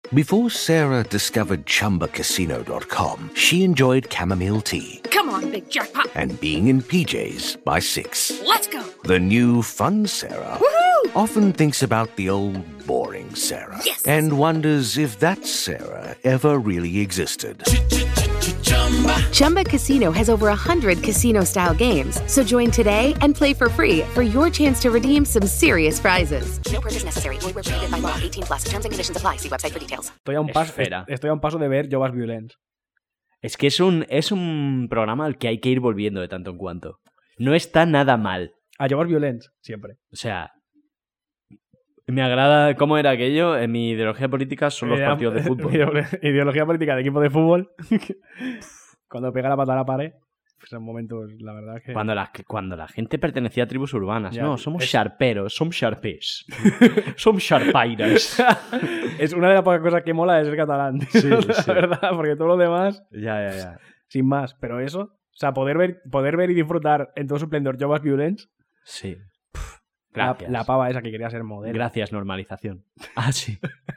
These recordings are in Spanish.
Before Sarah discovered ChumbaCasino.com, she enjoyed chamomile tea. Come on, big jackpot. And being in PJs by 6. Let's go. The new fun Sarah often thinks about the old boring Sarah. Yes. And wonders if that Sarah ever really existed. Chumba Casino has over 100 casino-style games. So join today and play for free for your chance to redeem some serious prizes. No purchase necessary. Void where prohibited by law. 18+. Terms and conditions apply. See website for details. Estoy a un paso de ver Joves Violents. Es que es un programa al que hay que ir volviendo de tanto en cuanto. No está nada mal. A Joves Violents, siempre. O sea, me agrada cómo era aquello. En mi ideología política son los partidos de fútbol. Ideología política de equipo de fútbol. Cuando pega la pata a la pared. Pues en momentos, la verdad que... Cuando la gente pertenecía a tribus urbanas. Ya, no, somos sharperos, somos sharpés. Somos sharpairas. Es una de las pocas cosas que mola de ser catalán. Sí, la sí. verdad, porque todo lo demás... Ya. Sin más. Pero eso... O sea, poder ver y disfrutar en todo su esplendor Joves Violents. Sí. Gracias. La pava esa que quería ser modelo. Gracias, normalización. Ah, sí.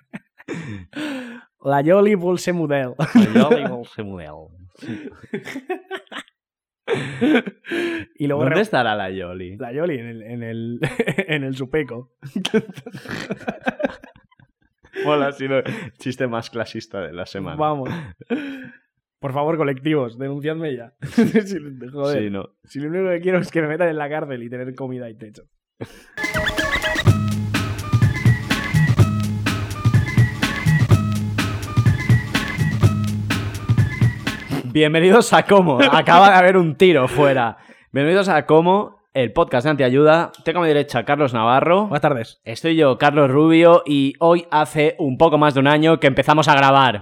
La Yoli vol ser model. Yo digo ese modelo. Sí. Y luego ¿Dónde estará la Yoli? La Yoli en el Supeco. Mola, si no, chiste más clasista de la semana. Vamos. Por favor, colectivos, denunciadme ya. Joder. Sí, no. Si lo único que quiero es que me metan en la cárcel y tener comida y techo. Bienvenidos a Como. Acaba de haber un tiro fuera. Bienvenidos a Como, el podcast de Antiayuda. Tengo a mi derecha Carlos Navarro. Buenas tardes. Estoy yo, Carlos Rubio, y hoy hace un poco más de un año que empezamos a grabar.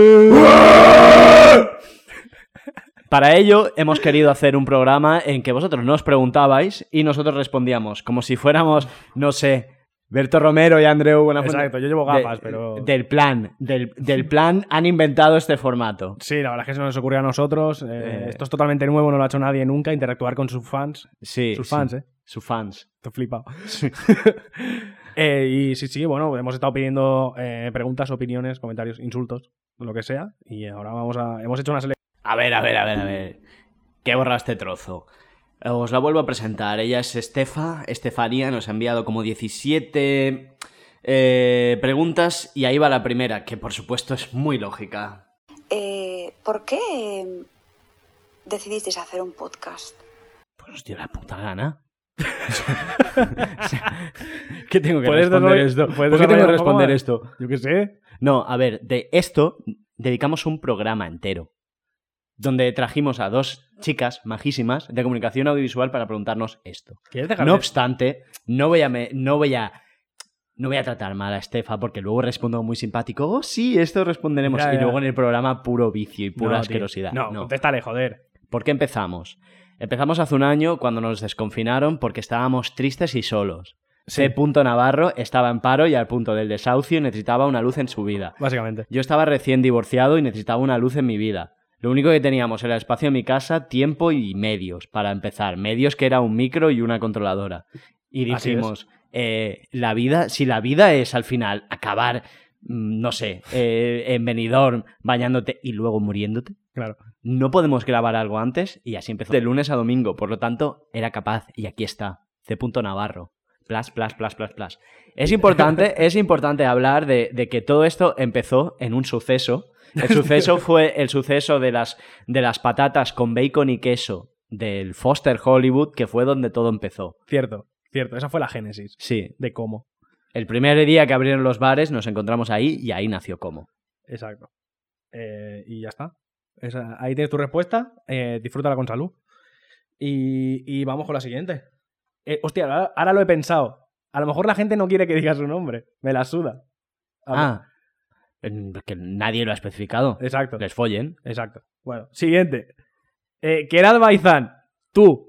Para ello, hemos querido hacer un programa en que vosotros nos preguntabais y nosotros respondíamos, como si fuéramos, no sé, Berto Romero y Andreu Buenafuente. Exacto, yo llevo gafas, pero... Del plan han inventado este formato. Sí, la verdad es que se nos ocurrió a nosotros. Esto es totalmente nuevo, no lo ha hecho nadie nunca, interactuar con sus fans. Sí. Sus fans, Sus fans. Estoy flipado. Y sí, bueno, hemos estado pidiendo preguntas, opiniones, comentarios, insultos, lo que sea, y ahora hemos hecho una selección. A ver. ¿Qué borra este trozo? Os la vuelvo a presentar. Ella es Estefanía. Nos ha enviado como 17 preguntas y ahí va la primera, que por supuesto es muy lógica. ¿Por qué decidisteis hacer un podcast? Pues os dio la puta gana. ¿Qué tengo que ¿Puedes responder desarrollar- esto? puedes ¿Por qué tengo que desarrollar un poco responder más? esto? Yo qué sé. No, a ver, de esto dedicamos un programa entero donde trajimos a dos chicas majísimas de comunicación audiovisual para preguntarnos esto. ¿Quieres dejar No de- obstante, no voy a tratar mal a Estefa porque luego respondo muy simpático. Oh, sí, esto responderemos. Ya. Y luego en el programa puro vicio y pura No, tío. asquerosidad. No, contéstale, joder. ¿Por qué empezamos? Empezamos hace un año cuando nos desconfinaron porque estábamos tristes y solos. Sí. C. Navarro estaba en paro y al punto del desahucio y necesitaba una luz en su vida. Básicamente. Yo estaba recién divorciado y necesitaba una luz en mi vida. Lo único que teníamos era espacio en mi casa, tiempo y medios para empezar. Medios que era un micro y una controladora. Y Así dijimos, si la vida es al final acabar, no sé, en Benidorm bañándote y luego muriéndote, Claro. no podemos grabar algo antes. Y así empezó. De lunes a domingo, por lo tanto, era capaz. Y aquí está, C. Navarro. Plas. Es importante hablar de que todo esto empezó en un suceso. El suceso fue el suceso de las patatas con bacon y queso del Foster Hollywood, que fue donde todo empezó. Cierto. Esa fue la génesis Sí. de cómo. El primer día que abrieron los bares nos encontramos ahí y ahí nació Como. Exacto. Y ya está. Ahí tienes tu respuesta. Disfrútala con salud. Y vamos con la siguiente. Hostia, ahora lo he pensado. A lo mejor la gente no quiere que diga su nombre. Me la suda. Que nadie lo ha especificado. Exacto. Les follen. Exacto. Bueno, siguiente. Keral Baizán, tú.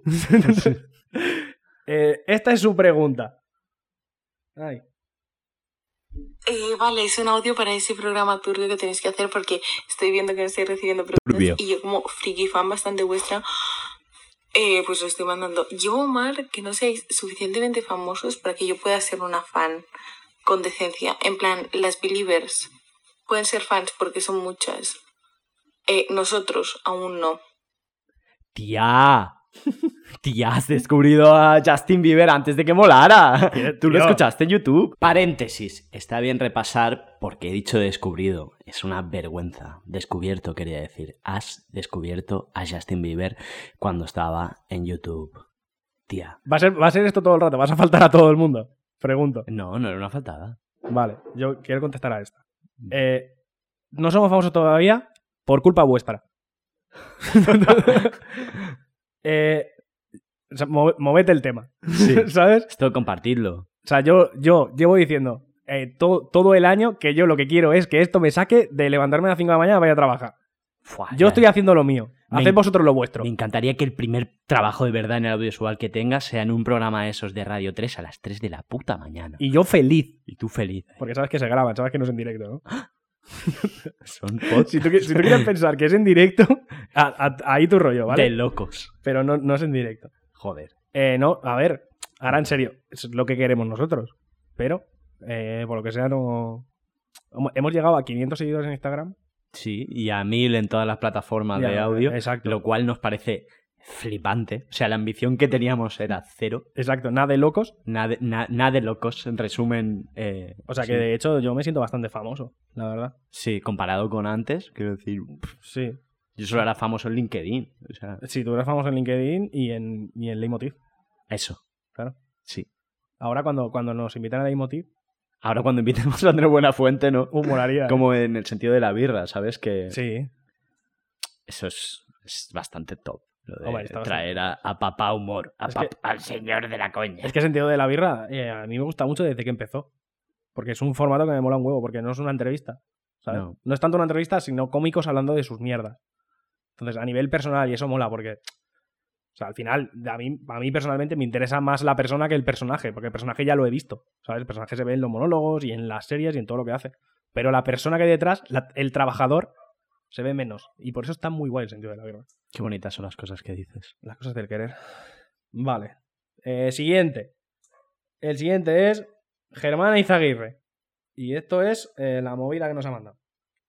Esta es su pregunta. Ay. Vale, es un audio para ese programa turbio que tenéis que hacer porque estoy viendo que no estoy recibiendo preguntas. Turbio. Y yo como friki fan bastante vuestra, pues lo estoy mandando. Yo, Omar, que no seáis suficientemente famosos para que yo pueda ser una fan con decencia. En plan, las Believers pueden ser fans porque son muchas. Nosotros aún no. Tía, has descubrido a Justin Bieber antes de que molara. Tú lo escuchaste en YouTube. Paréntesis, está bien repasar porque he dicho descubrido. Es una vergüenza. Descubierto, quería decir. Has descubierto a Justin Bieber cuando estaba en YouTube. Tía. Va a ser esto todo el rato, vas a faltar a todo el mundo. Pregunto. No era una faltada. Vale, yo quiero contestar a esta. No somos famosos todavía por culpa vuestra. O sea, movete el tema. Sí. ¿Sabes? Esto de compartirlo. O sea, yo llevo diciendo todo el año que yo lo que quiero es que esto me saque de levantarme a las 5 de la mañana y vaya a trabajar. Yo estoy haciendo lo mío. Haced vosotros lo vuestro. Me encantaría que el primer trabajo de verdad en el audiovisual que tengas sea en un programa de esos de Radio 3 a las 3 de la puta mañana. Y yo feliz. Y tú feliz. Porque sabes que se graban, sabes que no es en directo, ¿no? Son podcasts. Si tú quieres pensar que es en directo, ahí tu rollo, ¿vale? De locos. Pero no es en directo. Joder. No, a ver, ahora en serio, es lo que queremos nosotros. Pero, por lo que sea, no... Hemos llegado a 500 seguidores en Instagram. Sí, y a 1000 en todas las plataformas de audio. Exacto. Lo cual nos parece flipante. O sea, la ambición que teníamos era 0. Exacto, nada de locos. Nada de locos, en resumen. O sea sí. que de hecho yo me siento bastante famoso, la verdad. Sí, comparado con antes, quiero decir. Sí. Yo solo era famoso en LinkedIn. O sea... Sí, tú eres famoso en LinkedIn y en Leitmotiv. Eso. Claro. Sí. Ahora cuando nos invitan a Leitmotiv. Ahora cuando invitemos a Andrés Buenafuente, ¿no? Molaría. Como en el sentido de la birra, ¿sabes? Que sí. Eso es bastante top. Lo de Hombre, traer a Papá Humor, al señor de la coña. Es que el sentido de la birra a mí me gusta mucho desde que empezó. Porque es un formato que me mola un huevo, porque no es una entrevista. ¿Sabes? No es tanto una entrevista, sino cómicos hablando de sus mierdas. Entonces, a nivel personal, y eso mola, porque... O sea, al final, a mí personalmente me interesa más la persona que el personaje, porque el personaje ya lo he visto, ¿sabes? El personaje se ve en los monólogos y en las series y en todo lo que hace. Pero la persona que hay detrás, el trabajador, se ve menos. Y por eso está muy guay el sentido de la guerra. Qué bonitas son las cosas que dices. Las cosas del querer. Vale. Siguiente. El siguiente es Germán Izaguirre. Y esto es la movida que nos ha mandado.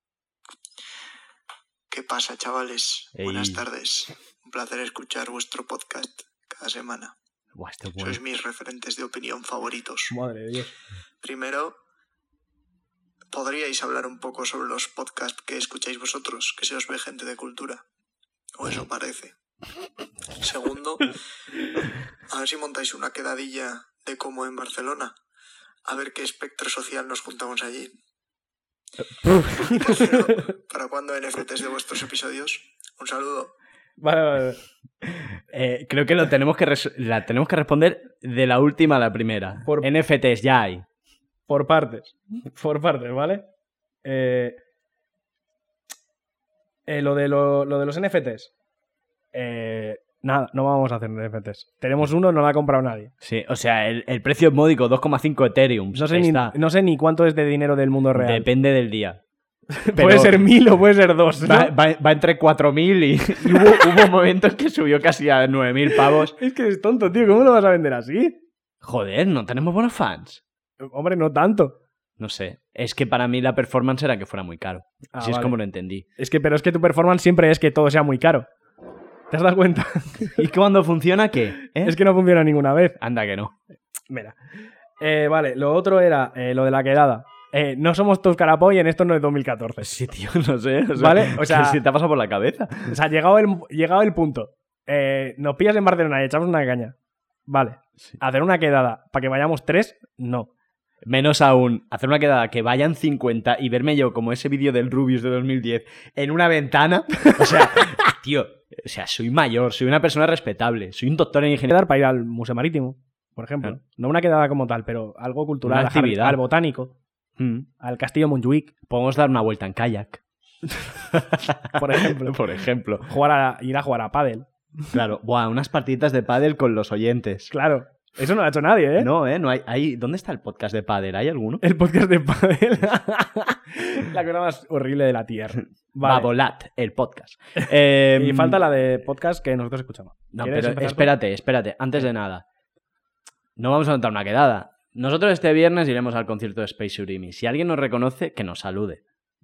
¿Qué pasa, chavales? Ey. Buenas tardes. Un placer escuchar vuestro podcast cada semana. Buah, este bueno. Sois mis referentes de opinión favoritos. Madre de Dios. Primero, ¿podríais hablar un poco sobre los podcasts que escucháis vosotros, que se os ve gente de cultura? O eso parece. Segundo, a ver si montáis una quedadilla de como en Barcelona. A ver qué espectro social nos juntamos allí. Y tercero, ¿para cuándo NFTs de vuestros episodios? Un saludo. Vale. Creo que la tenemos que responder de la última a la primera. NFTs ya hay. Por partes, ¿vale? Lo de los NFTs. Nada, no vamos a hacer NFTs. Tenemos uno, no lo ha comprado nadie. Sí, o sea, el precio es módico, 2,5 Ethereum. No sé ni cuánto es de dinero del mundo real. Depende del día. Puede ser 1000 o puede ser 2, ¿no? Va entre 4000 y hubo momentos que subió casi a 9000 pavos. Es que es tonto, tío. ¿Cómo lo vas a vender así? Joder, no tenemos buenos fans. Hombre, no tanto. No sé. Es que para mí la performance era que fuera muy caro. Así vale. Es como lo entendí. Pero es que tu performance siempre es que todo sea muy caro. ¿Te has dado cuenta? ¿Y cuando funciona qué? Es que no funciona ninguna vez. Anda que no. Mira. Vale, lo otro era lo de la quedada. No somos todos carapoy, en esto no es 2014. Sí, tío, no sé. ¿Vale? O sea, ¿qué se te ha pasado por la cabeza? O sea, llegado el punto. Nos pillas en Barcelona y echamos una caña. Vale. Sí. Hacer una quedada para que vayamos 3, no. Menos aún, hacer una quedada que vayan 50 y verme yo como ese vídeo del Rubius de 2010 en una ventana. O sea, tío, soy mayor, soy una persona respetable, soy un doctor en ingeniería. Para ir al Museo Marítimo, por ejemplo. Claro. No una quedada como tal, pero algo cultural. Una actividad. Al Botánico. Al Castillo Montjuic. Podemos dar una vuelta en kayak. Por ejemplo. Por ejemplo. Ir a jugar a pádel. Claro. Buah, unas partiditas de pádel con los oyentes. Claro. Eso no lo ha hecho nadie, ¿eh? No hay. ¿Dónde está el podcast de pádel? ¿Hay alguno? El podcast de pádel. La cosa más horrible de la tierra. Vale. Babolat, el podcast. Y falta la de podcast que nosotros escuchamos. No, pero espérate. Antes de nada. No vamos a montar una quedada. Nosotros este viernes iremos al concierto de Space Urimi. Si alguien nos reconoce, que nos salude.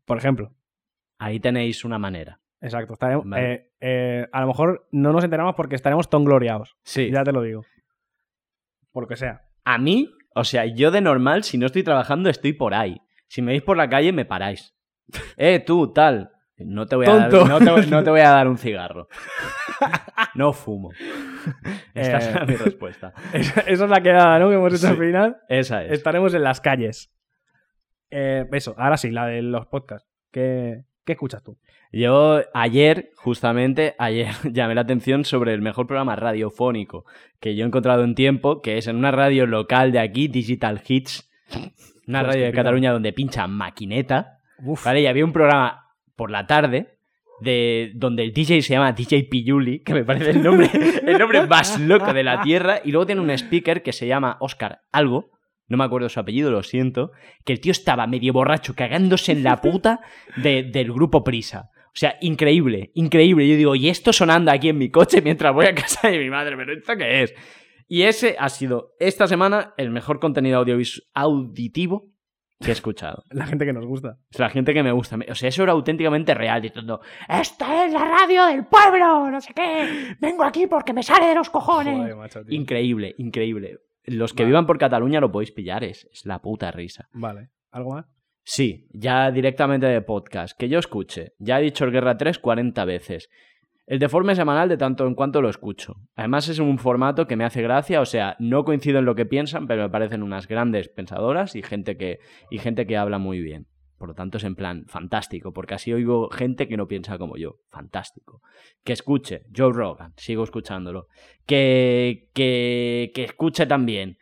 Por ejemplo. Ahí tenéis una manera. Exacto. Estaremos, Vale. a lo mejor no nos enteramos porque estaremos tan gloriados. Sí. Ya te lo digo. Por lo que sea. A mí, o sea, yo de normal, si no estoy trabajando, estoy por ahí. Si me veis por la calle, me paráis. Tú, tal. No te voy a Tonto. dar, no te voy a dar un cigarro. No fumo. Esta es mi respuesta. Esa es la quedada, ¿no? Que hemos hecho al final. Esa es. Estaremos en las calles. Eso, ahora sí, la de los podcasts. ¿Qué escuchas tú? Yo justamente ayer, llamé la atención sobre el mejor programa radiofónico que yo he encontrado en tiempo, que es en una radio local de aquí, Digital Hits, una Pues radio de qué Cataluña donde pinchan maquineta. Uf. ¿Vale? Y había un programa por la tarde donde el DJ se llama DJ Piyuli, que me parece el nombre más loco de la tierra, y luego tiene un speaker que se llama Oscar algo, no me acuerdo su apellido, lo siento, que el tío estaba medio borracho cagándose en la puta del grupo Prisa. O sea, increíble, increíble. Yo digo, y esto sonando aquí en mi coche mientras voy a casa de mi madre, ¿pero esto qué es? Y ese ha sido esta semana el mejor contenido auditivo que he escuchado. La gente que nos gusta. Es la gente que me gusta. O sea, eso era auténticamente real, diciendo, ¡esta es la radio del pueblo! No sé qué. Vengo aquí porque me sale de los cojones. Joder, macho, tío. Increíble, increíble. Los que Vale. vivan por Cataluña lo podéis pillar, es la puta risa. Vale. ¿Algo más? Sí, ya directamente de podcast. Que yo escuche. Ya he dicho el Guerra 3 40 veces. El Deforme semanal de tanto en cuanto lo escucho. Además es un formato que me hace gracia, o sea, no coincido en lo que piensan, pero me parecen unas grandes pensadoras y gente que habla muy bien. Por lo tanto es en plan fantástico, porque así oigo gente que no piensa como yo. Fantástico. Que escuche Joe Rogan, sigo escuchándolo. Que escuche también,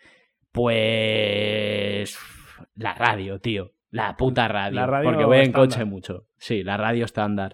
pues, la radio, tío. La puta radio. La radio porque voy en estándar. coche mucho. Sí, la radio estándar.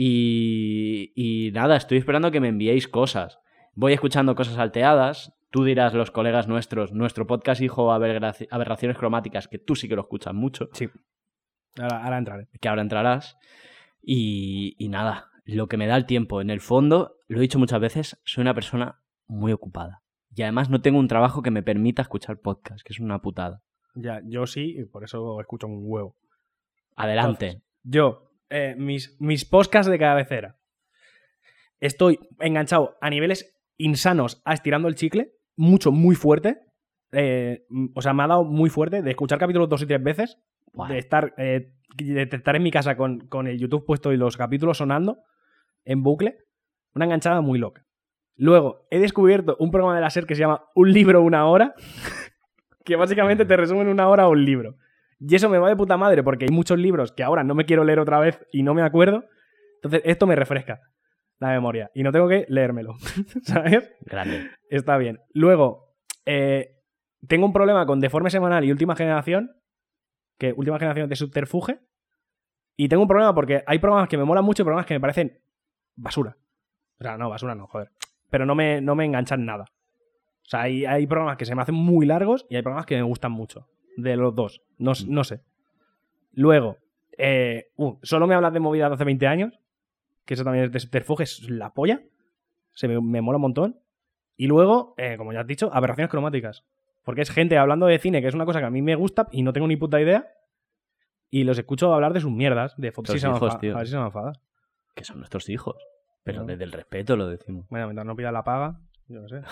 Y nada, estoy esperando que me enviéis cosas. Voy escuchando cosas salteadas. Tú dirás, los colegas nuestros, nuestro podcast hijo Aberraciones Cromáticas, que tú sí que lo escuchas mucho, Sí. Ahora entraré. que ahora entrarás. Y nada, lo que me da el tiempo. En el fondo, lo he dicho muchas veces, soy una persona muy ocupada. Y además no tengo un trabajo que me permita escuchar podcast, que es una putada. Ya, yo sí, y por eso escucho un huevo. Adelante. Yo, mis podcasts de cabecera. Estoy enganchado a niveles insanos a Estirando el Chicle. Mucho, muy fuerte. O sea, me ha dado muy fuerte de escuchar capítulos 2 y 3 veces. Buah. De estar en mi casa con el YouTube puesto y los capítulos sonando en bucle. Una enganchada muy loca. Luego, he descubierto un programa de la SER que se llama Un libro, una hora. Que básicamente te resumen una hora un libro. Y eso me va de puta madre porque hay muchos libros que ahora no me quiero leer otra vez y no me acuerdo. Entonces esto me refresca la memoria y no tengo que leérmelo. ¿Sabes? Grande. Está bien. Luego, tengo un problema con Deforme Semanal y Última Generación, que Última Generación de Subterfuge. Y tengo un problema porque hay programas que me molan mucho y programas que me parecen basura. O sea, no, basura no, joder. Pero no me enganchan nada. O sea, hay programas que se me hacen muy largos y hay programas que me gustan mucho. De los dos. No sé. Luego, solo me hablas de movidas de hace 20 años. Que eso también es de Subterfuge, es la polla. Me mola un montón. Y luego, como ya has dicho, Aberraciones Cromáticas. Porque es gente hablando de cine, que es una cosa que a mí me gusta y no tengo ni puta idea. Y los escucho hablar de sus mierdas. De fotos. Tus hijos, tío. A ver si se me enfada. Que son nuestros hijos. Pero No. desde el respeto lo decimos. Bueno, mientras no pidas la paga, yo no sé.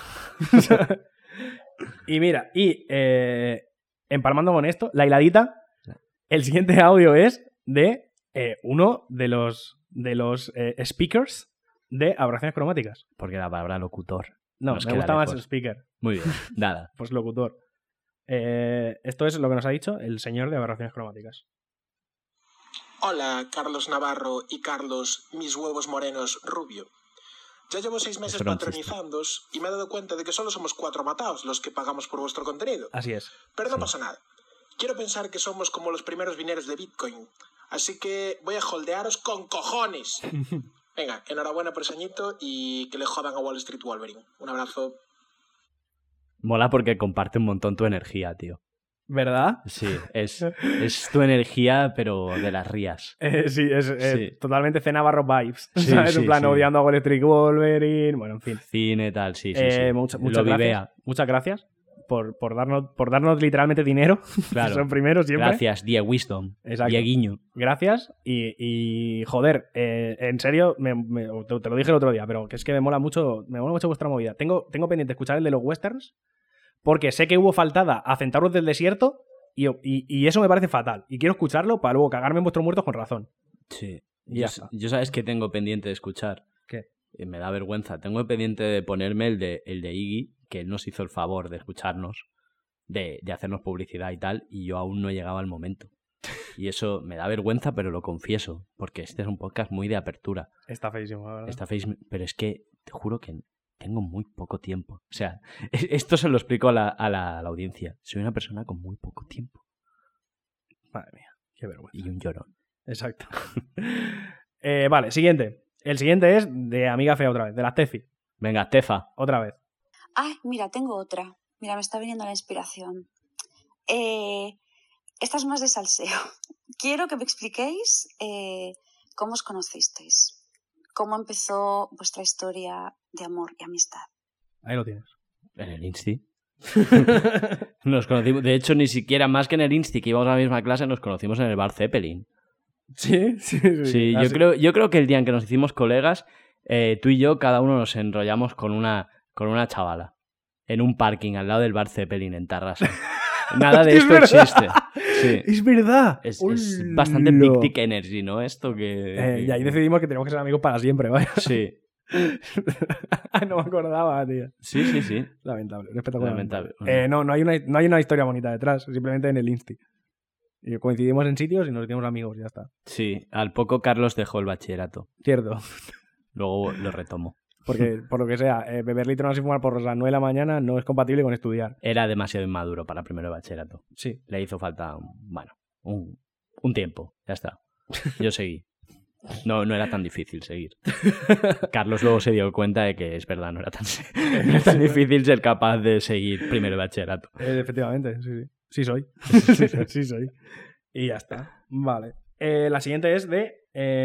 Y mira, empalmando con esto, la hiladita, el siguiente audio es de uno de los speakers de Aberraciones Cromáticas. Porque la palabra locutor. No, nos me queda gusta más lejos. speaker, Muy bien, nada. pues locutor. Esto es lo que nos ha dicho el señor de Aberraciones Cromáticas. Hola, Carlos Navarro y Carlos, mis huevos morenos rubio. Ya llevo 6 meses Eso era un chiste. patronizándoos y me he dado cuenta de que solo somos 4 mataos los que pagamos por vuestro contenido. Así es. Pero no pasa nada. Quiero pensar que somos como los primeros mineros de Bitcoin. Así que voy a holdearos con cojones. Venga, enhorabuena por ese añito y que le jodan a Wall Street Wolverine. Un abrazo. Mola porque comparte un montón tu energía, tío. ¿Verdad? Sí, es tu energía, pero de las rías. Sí, es Sí. totalmente C. Navarro vibes. Sí, ¿Sabes? sí, En plan, sí. odiando a Wall Street Wolverine. Bueno, en fin. Cine, tal, sí, sí. Muchas Lo gracias. vivea. Muchas gracias por darnos literalmente dinero. Claro. Son primeros siempre. Gracias, Die Wisdom. Exacto. Dieguiño. Gracias. Y joder, en serio, te lo dije el otro día, pero que es que me mola mucho vuestra movida. Tengo pendiente escuchar el de los westerns, porque sé que hubo faltada a Centauros del Desierto y eso me parece fatal. Y quiero escucharlo para luego cagarme en vuestros muertos con razón. Sí. Y ya Yo sabes que tengo pendiente de escuchar. ¿Qué? Me da vergüenza. Tengo pendiente de ponerme el de Iggy, que él nos hizo el favor de escucharnos, de hacernos publicidad y tal, y yo aún no he llegado al momento. Y eso me da vergüenza, pero lo confieso, porque este es un podcast muy de apertura. Está feísimo, la verdad. Está feísimo, pero es que te juro que tengo muy poco tiempo. O sea, esto se lo explico a la audiencia. Soy una persona con muy poco tiempo. Madre mía, qué vergüenza. Y un llorón. Exacto. Vale, siguiente. El siguiente es de Amiga Fea otra vez, de la Tefi. Venga, Tefa. Otra vez. Ay, mira, tengo otra. Mira, me está viniendo la inspiración. Esta es más de salseo. Quiero que me expliquéis cómo os conocisteis. Cómo empezó vuestra historia de amor y amistad. Ahí lo tienes. En el Insti. Nos conocimos, de hecho, ni siquiera más que en el Insti, que íbamos a la misma clase, nos conocimos en el bar Zeppelin. Sí. Sí, yo creo que el día en que nos hicimos colegas, tú y yo, cada uno nos enrollamos con una chavala. En un parking al lado del bar Zeppelin en Tarrasa. Nada de esto existe. Sí. Es verdad. Es bastante Big Dick Energy, ¿no? Esto que... Y ahí decidimos que tenemos que ser amigos para siempre, ¿vale? Sí. No me acordaba, tío. Sí. Lamentable, un espectáculo Lamentable. No hay una historia bonita detrás, simplemente en el Insti. Y coincidimos en sitios y nos hicimos amigos, ya está. Sí, al poco Carlos dejó el bachillerato. Cierto. Luego lo retomó. Porque, por lo que sea, beber litros y fumar por las 9 de la mañana no es compatible con estudiar. Era demasiado inmaduro para primero de bachillerato. Sí. Le hizo falta, un tiempo. Ya está. Yo seguí. No era tan difícil seguir. Carlos luego se dio cuenta de que es verdad, no era tan difícil ser capaz de seguir primero de bachillerato. Efectivamente, sí. Sí soy. Sí soy. Y ya está. Vale. La siguiente es de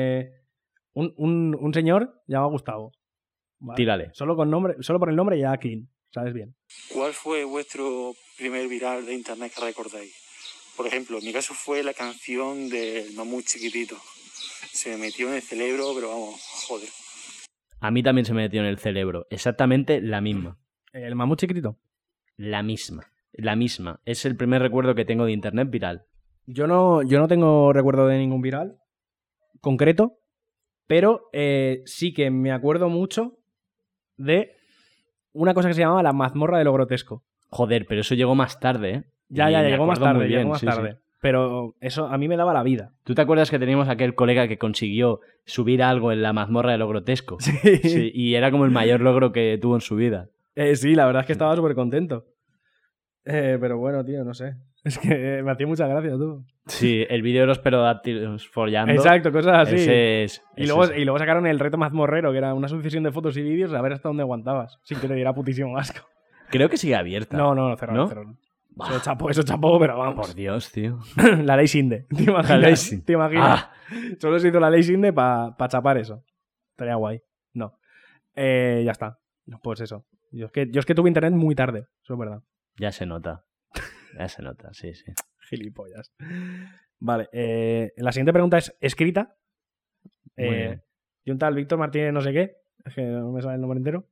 un señor llamado Gustavo. ¿Vale? Tírale. Solo por el nombre ya clean. ¿Sabes bien? ¿Cuál fue vuestro primer viral de internet que recordáis? Por ejemplo, en mi caso fue la canción del Mamut Chiquitito. Se me metió en el cerebro, pero vamos, joder. A mí también se me metió en el cerebro. Exactamente la misma. ¿El Mamut Chiquitito? La misma. Es el primer recuerdo que tengo de internet viral. Yo no tengo recuerdo de ningún viral concreto, pero sí que me acuerdo mucho de una cosa que se llamaba la mazmorra de lo grotesco. Joder, pero eso llegó más tarde, ¿eh? Ya, llegó más tarde. Sí. Pero eso a mí me daba la vida. ¿Tú te acuerdas que teníamos aquel colega que consiguió subir algo en la mazmorra de lo grotesco? Sí. Y era como el mayor logro que tuvo en su vida. Sí, la verdad es que estaba súper contento. Pero bueno, tío, no sé. Es que me hacía mucha gracia, tú. Sí, el vídeo de los pterodáctilos follando. Exacto, cosas así. Y luego sacaron el reto mazmorrero, que era una sucesión de fotos y vídeos a ver hasta dónde aguantabas, sin que te diera putísimo asco. Creo que sigue abierta. No, cerrado. Eso chapó, pero vamos. Por Dios, tío. La ley Sinde. ¿Te imaginas? ¿Te imaginas? Solo se hizo la ley Sinde para chapar eso. Estaría guay. No. Ya está. Pues eso. Yo es que tuve internet muy tarde. Eso es verdad. Ya se nota, sí. Gilipollas. Vale, la siguiente pregunta es escrita. De un tal Víctor Martínez no sé qué. Es que no me sale el nombre entero.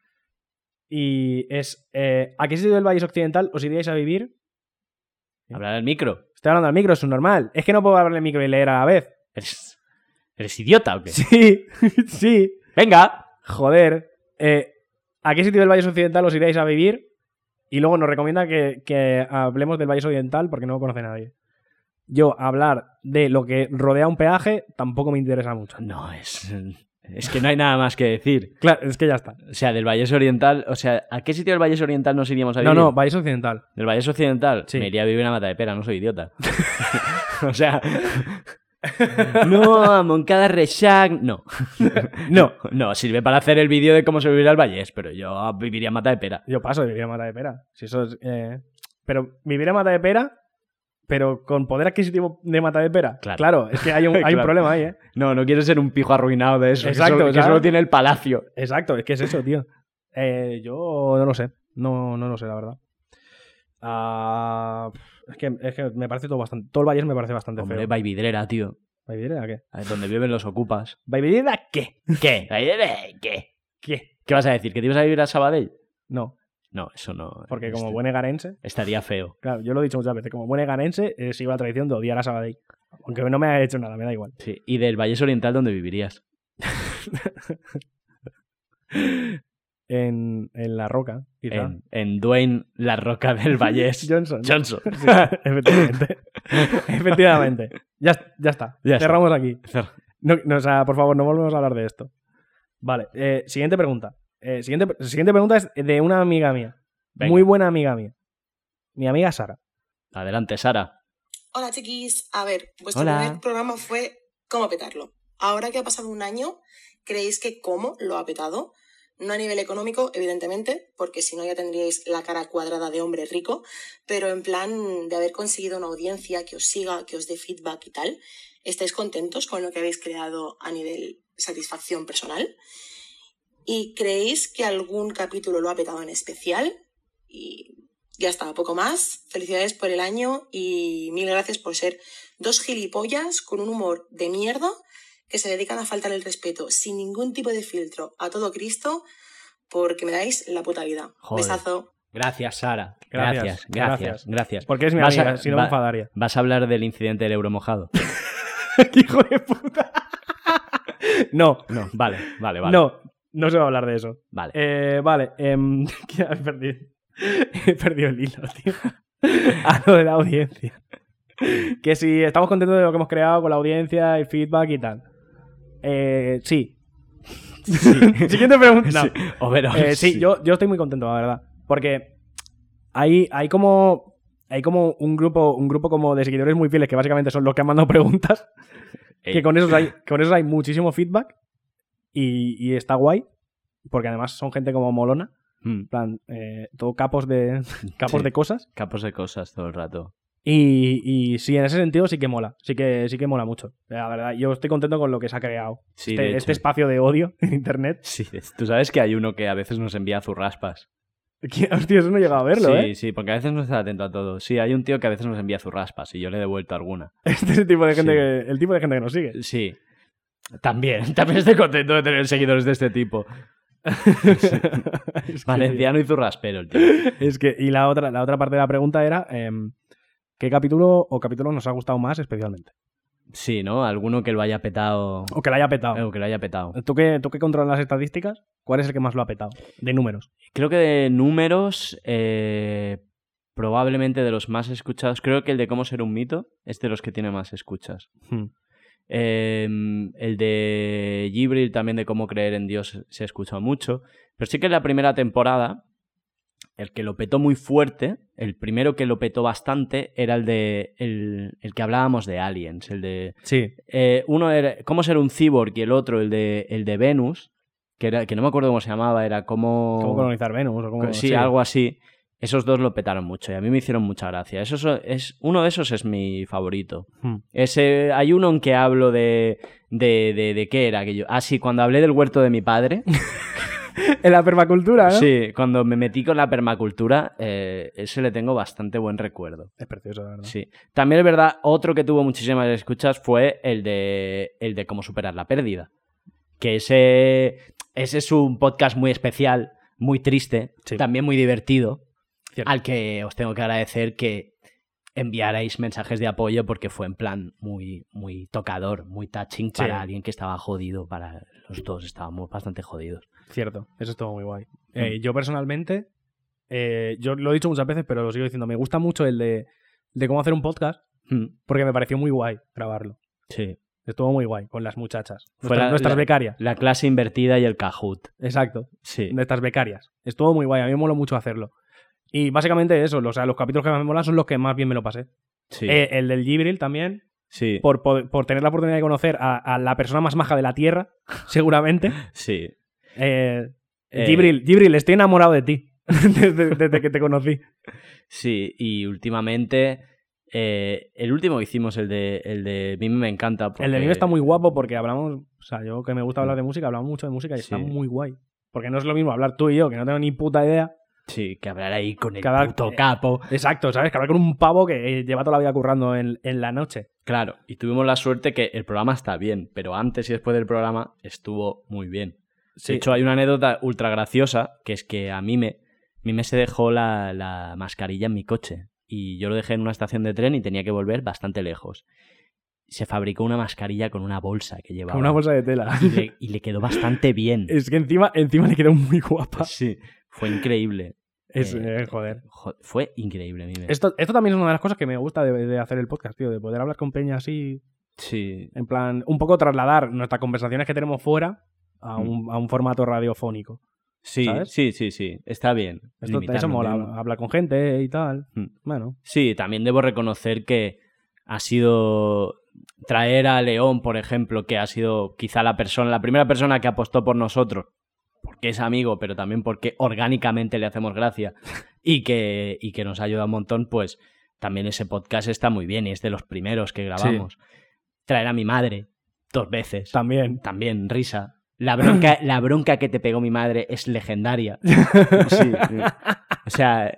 Y es, ¿a qué sitio del Valle Occidental os iríais a vivir? ¿Hablar al micro? Estoy hablando al micro, es un normal. Es que no puedo hablar al micro y leer a la vez. ¿Eres idiota o qué? Sí. Venga. Joder. ¿A qué sitio del Valle Occidental os iríais a vivir? Y luego nos recomienda que hablemos del Valle Oriental porque no lo conoce nadie. Yo hablar de lo que rodea un peaje tampoco me interesa mucho. No, es que no hay nada más que decir. Claro, es que ya está. O sea, del Valle Oriental... O sea, ¿a qué sitio del Valle Oriental nos iríamos a vivir? No, Valle Occidental. ¿Del Valle Occidental? Sí. Me iría a vivir a Matadepera, no soy idiota. O sea... No, a Moncada Reixac... No, sirve para hacer el vídeo de cómo se vivirá el Vallés, pero yo viviría en Matadepera. Yo paso de vivir en Matadepera. Si eso es, pero vivir en Matadepera, pero con poder adquisitivo de Matadepera. Claro, es que hay un problema ahí, ¿eh? No quiero ser un pijo arruinado de eso. Exacto, que solo tiene el palacio. Exacto, es que es eso, tío. Yo no lo sé. No lo sé, la verdad. Es que me parece todo bastante... Todo el Vallés me parece bastante Hombre, feo. Vallvidrera, tío. ¿Vallvidrera qué? Donde viven los ocupas. ¿Vallvidrera qué? ¿Qué? ¿Vallvidrera qué? ¿Qué? ¿Qué vas a decir? ¿Que te ibas a vivir a Sabadell? No. No, eso no. Porque como buen egarense... Estaría feo. Claro, yo lo he dicho muchas veces. Como buen egarense, sigo la tradición de odiar a Sabadell. Aunque no me haya hecho nada, me da igual. Sí. ¿Y del Vallés Oriental dónde vivirías? En La Roca, quizá. En Dwayne La Roca del Vallés. Johnson. Sí, efectivamente. Efectivamente. Ya está. Cerramos aquí. No, o sea, por favor, no volvemos a hablar de esto. Vale. Siguiente pregunta. Siguiente pregunta es de una amiga mía. Venga. Muy buena amiga mía. Mi amiga Sara. Adelante, Sara. Hola, chiquis. A ver, vuestro Hola. primer programa fue ¿Cómo petarlo? Ahora que ha pasado un año, ¿creéis que cómo lo ha petado? No a nivel económico, evidentemente, porque si no ya tendríais la cara cuadrada de hombre rico, pero en plan de haber conseguido una audiencia que os siga, que os dé feedback y tal. ¿Estáis contentos con lo que habéis creado a nivel satisfacción personal? ¿Y creéis que algún capítulo lo ha petado en especial? Y ya está, poco más. Felicidades por el año y mil gracias por ser dos gilipollas con un humor de mierda que se dedican a faltar el respeto sin ningún tipo de filtro a todo Cristo, porque me dais la puta vida. Joder. Besazo. Gracias, Sara. Gracias. Gracias. Porque es mi amiga, si no me enfadaría. ¿Vas a hablar del incidente del euro mojado? ¡Hijo de puta! No. No, vale. No se va a hablar de eso. Vale. Vale. He perdido el hilo, tío. A lo de la audiencia. Que si estamos contentos de lo que hemos creado con la audiencia y feedback y tal. Sí. Siguiente pregunta. No. Sí, yo estoy muy contento, la verdad. Porque hay como un grupo como de seguidores muy fieles que básicamente son los que han mandado preguntas. Que con esos hay muchísimo feedback. Y está guay. Porque además son gente como molona. En plan, todo capos de cosas. Capos de cosas todo el rato. Y sí, en ese sentido sí que mola. Sí que mola mucho. La verdad, yo estoy contento con lo que se ha creado. Sí, este espacio de odio en internet. Sí, tú sabes que hay uno que a veces nos envía zurraspas. Hostia, eso no he llegado a verlo, Sí, sí, porque a veces no está atento a todo. Sí, hay un tío que a veces nos envía zurraspas y yo le he devuelto alguna. Este es el tipo de gente el tipo de gente que nos sigue. Sí. También estoy contento de tener seguidores de este tipo. Valenciano y zurraspero el tío. Es que, y la otra parte de la pregunta era ¿qué capítulo o capítulos nos ha gustado más especialmente? Sí, ¿no? Alguno que lo haya petado. O que lo haya petado. O que lo haya petado. ¿Tú que controlas las estadísticas? ¿Cuál es el que más lo ha petado? De números. Creo que de números, probablemente de los más escuchados, creo que el de Cómo ser un mito es de los que tiene más escuchas. El de Gibril también, de Cómo creer en Dios, se ha escuchado mucho. Pero sí que en la primera temporada, el que lo petó muy fuerte, el primero que lo petó bastante, era el que hablábamos de Aliens. El de. Sí. Uno era Cómo ser un cyborg y el otro, el de Venus, que no me acuerdo cómo se llamaba, era ¿Cómo colonizar Venus? Sí, algo así. Esos dos lo petaron mucho y a mí me hicieron mucha gracia. Uno de esos es mi favorito. Hay uno en que hablo de ¿qué era aquello? Ah, sí, cuando hablé del huerto de mi padre. En la permacultura, ¿no? Sí, cuando me metí con la permacultura, ese le tengo bastante buen recuerdo. Es precioso, la verdad. Sí. También es verdad, otro que tuvo muchísimas escuchas fue el de Cómo superar la pérdida. Que ese es un podcast muy especial, muy triste, también muy divertido. Cierto. Al que os tengo que agradecer que enviarais mensajes de apoyo porque fue en plan muy, muy tocador, muy touching para alguien que estaba jodido. Para los dos estábamos bastante jodidos. Cierto, eso estuvo muy guay. Yo personalmente, yo lo he dicho muchas veces, pero lo sigo diciendo, me gusta mucho el de cómo hacer un podcast porque me pareció muy guay grabarlo. Sí. Estuvo muy guay con las muchachas. Nuestras becarias. La clase invertida y el Kahoot. Exacto. Sí. Nuestras becarias. Estuvo muy guay, a mí me moló mucho hacerlo. Y básicamente eso, o sea, los capítulos que más me molan son los que más bien me lo pasé. Sí. El del Gibril también. Sí. Por tener la oportunidad de conocer a la persona más maja de la Tierra, seguramente. Sí. Gibril, estoy enamorado de ti desde que te conocí. Sí, y últimamente el último que hicimos, el de Mime me encanta. El de Mime está muy guapo porque hablamos, o sea, yo que me gusta hablar de música, hablamos mucho de música y está muy guay. Porque no es lo mismo hablar tú y yo, que no tengo ni puta idea. Sí, que hablar ahí con el Cada- puto capo. Exacto, ¿sabes? Que hablar con un pavo que lleva toda la vida currando en la noche. Claro, y tuvimos la suerte que el programa está bien, pero antes y después del programa estuvo muy bien. Sí. De hecho, hay una anécdota ultra graciosa, que es que a Mime se dejó la mascarilla en mi coche. Y yo lo dejé en una estación de tren y tenía que volver bastante lejos. Se fabricó una mascarilla con una bolsa que llevaba. Con una bolsa de tela. Y le quedó bastante bien. Es que encima le quedó muy guapa. Sí, fue increíble. Joder. Fue increíble, Mime. Esto también es una de las cosas que me gusta de hacer el podcast, tío. De poder hablar con peña así. Sí. En plan, un poco trasladar nuestras conversaciones que tenemos fuera a un formato radiofónico. Sí, ¿sabes? sí. Está bien. Eso mola, hablar con gente y tal. Bueno. Sí, también debo reconocer que ha sido traer a León, por ejemplo, que ha sido quizá la primera persona que apostó por nosotros, porque es amigo, pero también porque orgánicamente le hacemos gracia y que nos ayuda un montón, pues también ese podcast está muy bien y es de los primeros que grabamos. Sí. Traer a mi madre 2 veces. También, risa. La bronca que te pegó mi madre es legendaria. Sí. O sea,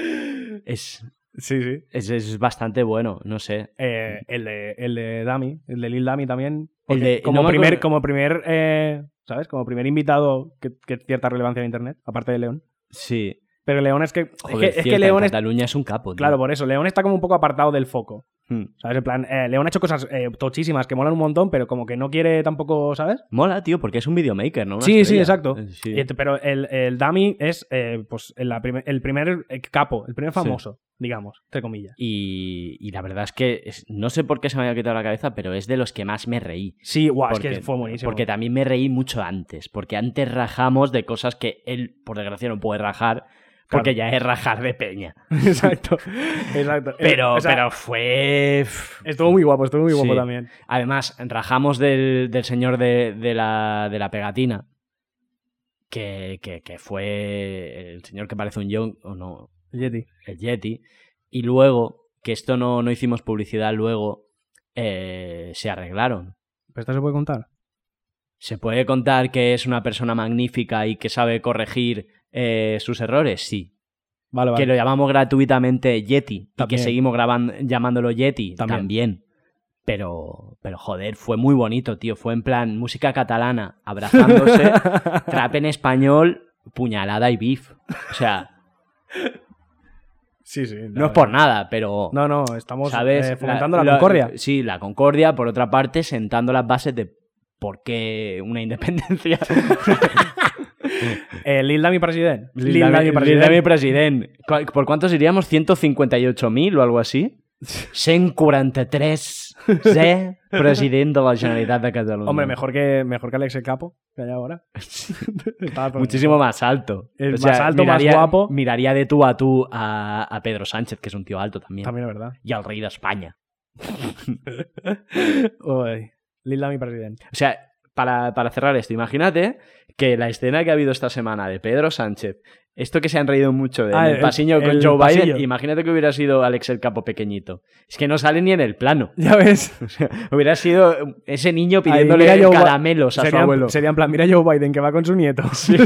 es bastante bueno, no sé. El de Dami, el de Lil Dami también. Como primer ¿sabes? Como primer invitado que cierta relevancia en internet, aparte de León. Sí. Pero León es que... Joder, es que León Cataluña es un capo, tío. Claro, por eso. León está como un poco apartado del foco. ¿Sabes? En plan, León ha hecho cosas tochísimas que molan un montón, pero como que no quiere tampoco, ¿sabes? Mola, tío, porque es un videomaker, ¿no? Sí, exacto. Sí. Pero el Dami es pues el primer capo, el primer famoso, digamos, entre comillas. Y la verdad es que no sé por qué se me había quitado la cabeza, pero es de los que más me reí. Sí, guau, es que fue buenísimo. Porque también me reí mucho antes, porque antes rajamos de cosas que él, por desgracia, no puede rajar. Porque ya es rajar de peña. Exacto. Pero fue... Estuvo muy guapo también. Además, rajamos del señor de la pegatina, que fue el señor que parece un Young, o no... El Yeti. Y luego, que esto no hicimos publicidad, luego se arreglaron. ¿Pero esto se puede contar? ¿Se puede contar que es una persona magnífica y que sabe corregir sus errores? Sí. Vale. Que lo llamamos gratuitamente Yeti. También. Y que seguimos llamándolo Yeti. También. Pero joder, fue muy bonito, tío. Fue en plan música catalana, abrazándose, trap en español, puñalada y beef. O sea... Sí. No es por nada, pero... No, estamos ¿sabes? fomentando la concordia. Sí, la concordia. Por otra parte, sentando las bases de por qué una independencia... Lil Dami president. Lil Dami president. ¿Por cuántos iríamos? ¿158.000 o algo así? 143 president de la Generalitat de Cataluña. Hombre, mejor que Alex el Capo, que hay ahora. Muchísimo más alto. Más alto, más guapo. Miraría de tú a Pedro Sánchez, que es un tío alto también. También es verdad. Y al rey de España. Lil Dami president. O sea, para cerrar esto, imagínate que la escena que ha habido esta semana de Pedro Sánchez, esto que se han reído mucho del pasillo con Joe Biden, imagínate que hubiera sido Alex el Capo pequeñito. Es que no sale ni en el plano. Ya ves. O sea, hubiera sido ese niño pidiéndole caramelos a su abuelo. Sería en plan, mira Joe Biden que va con su nieto. Sí.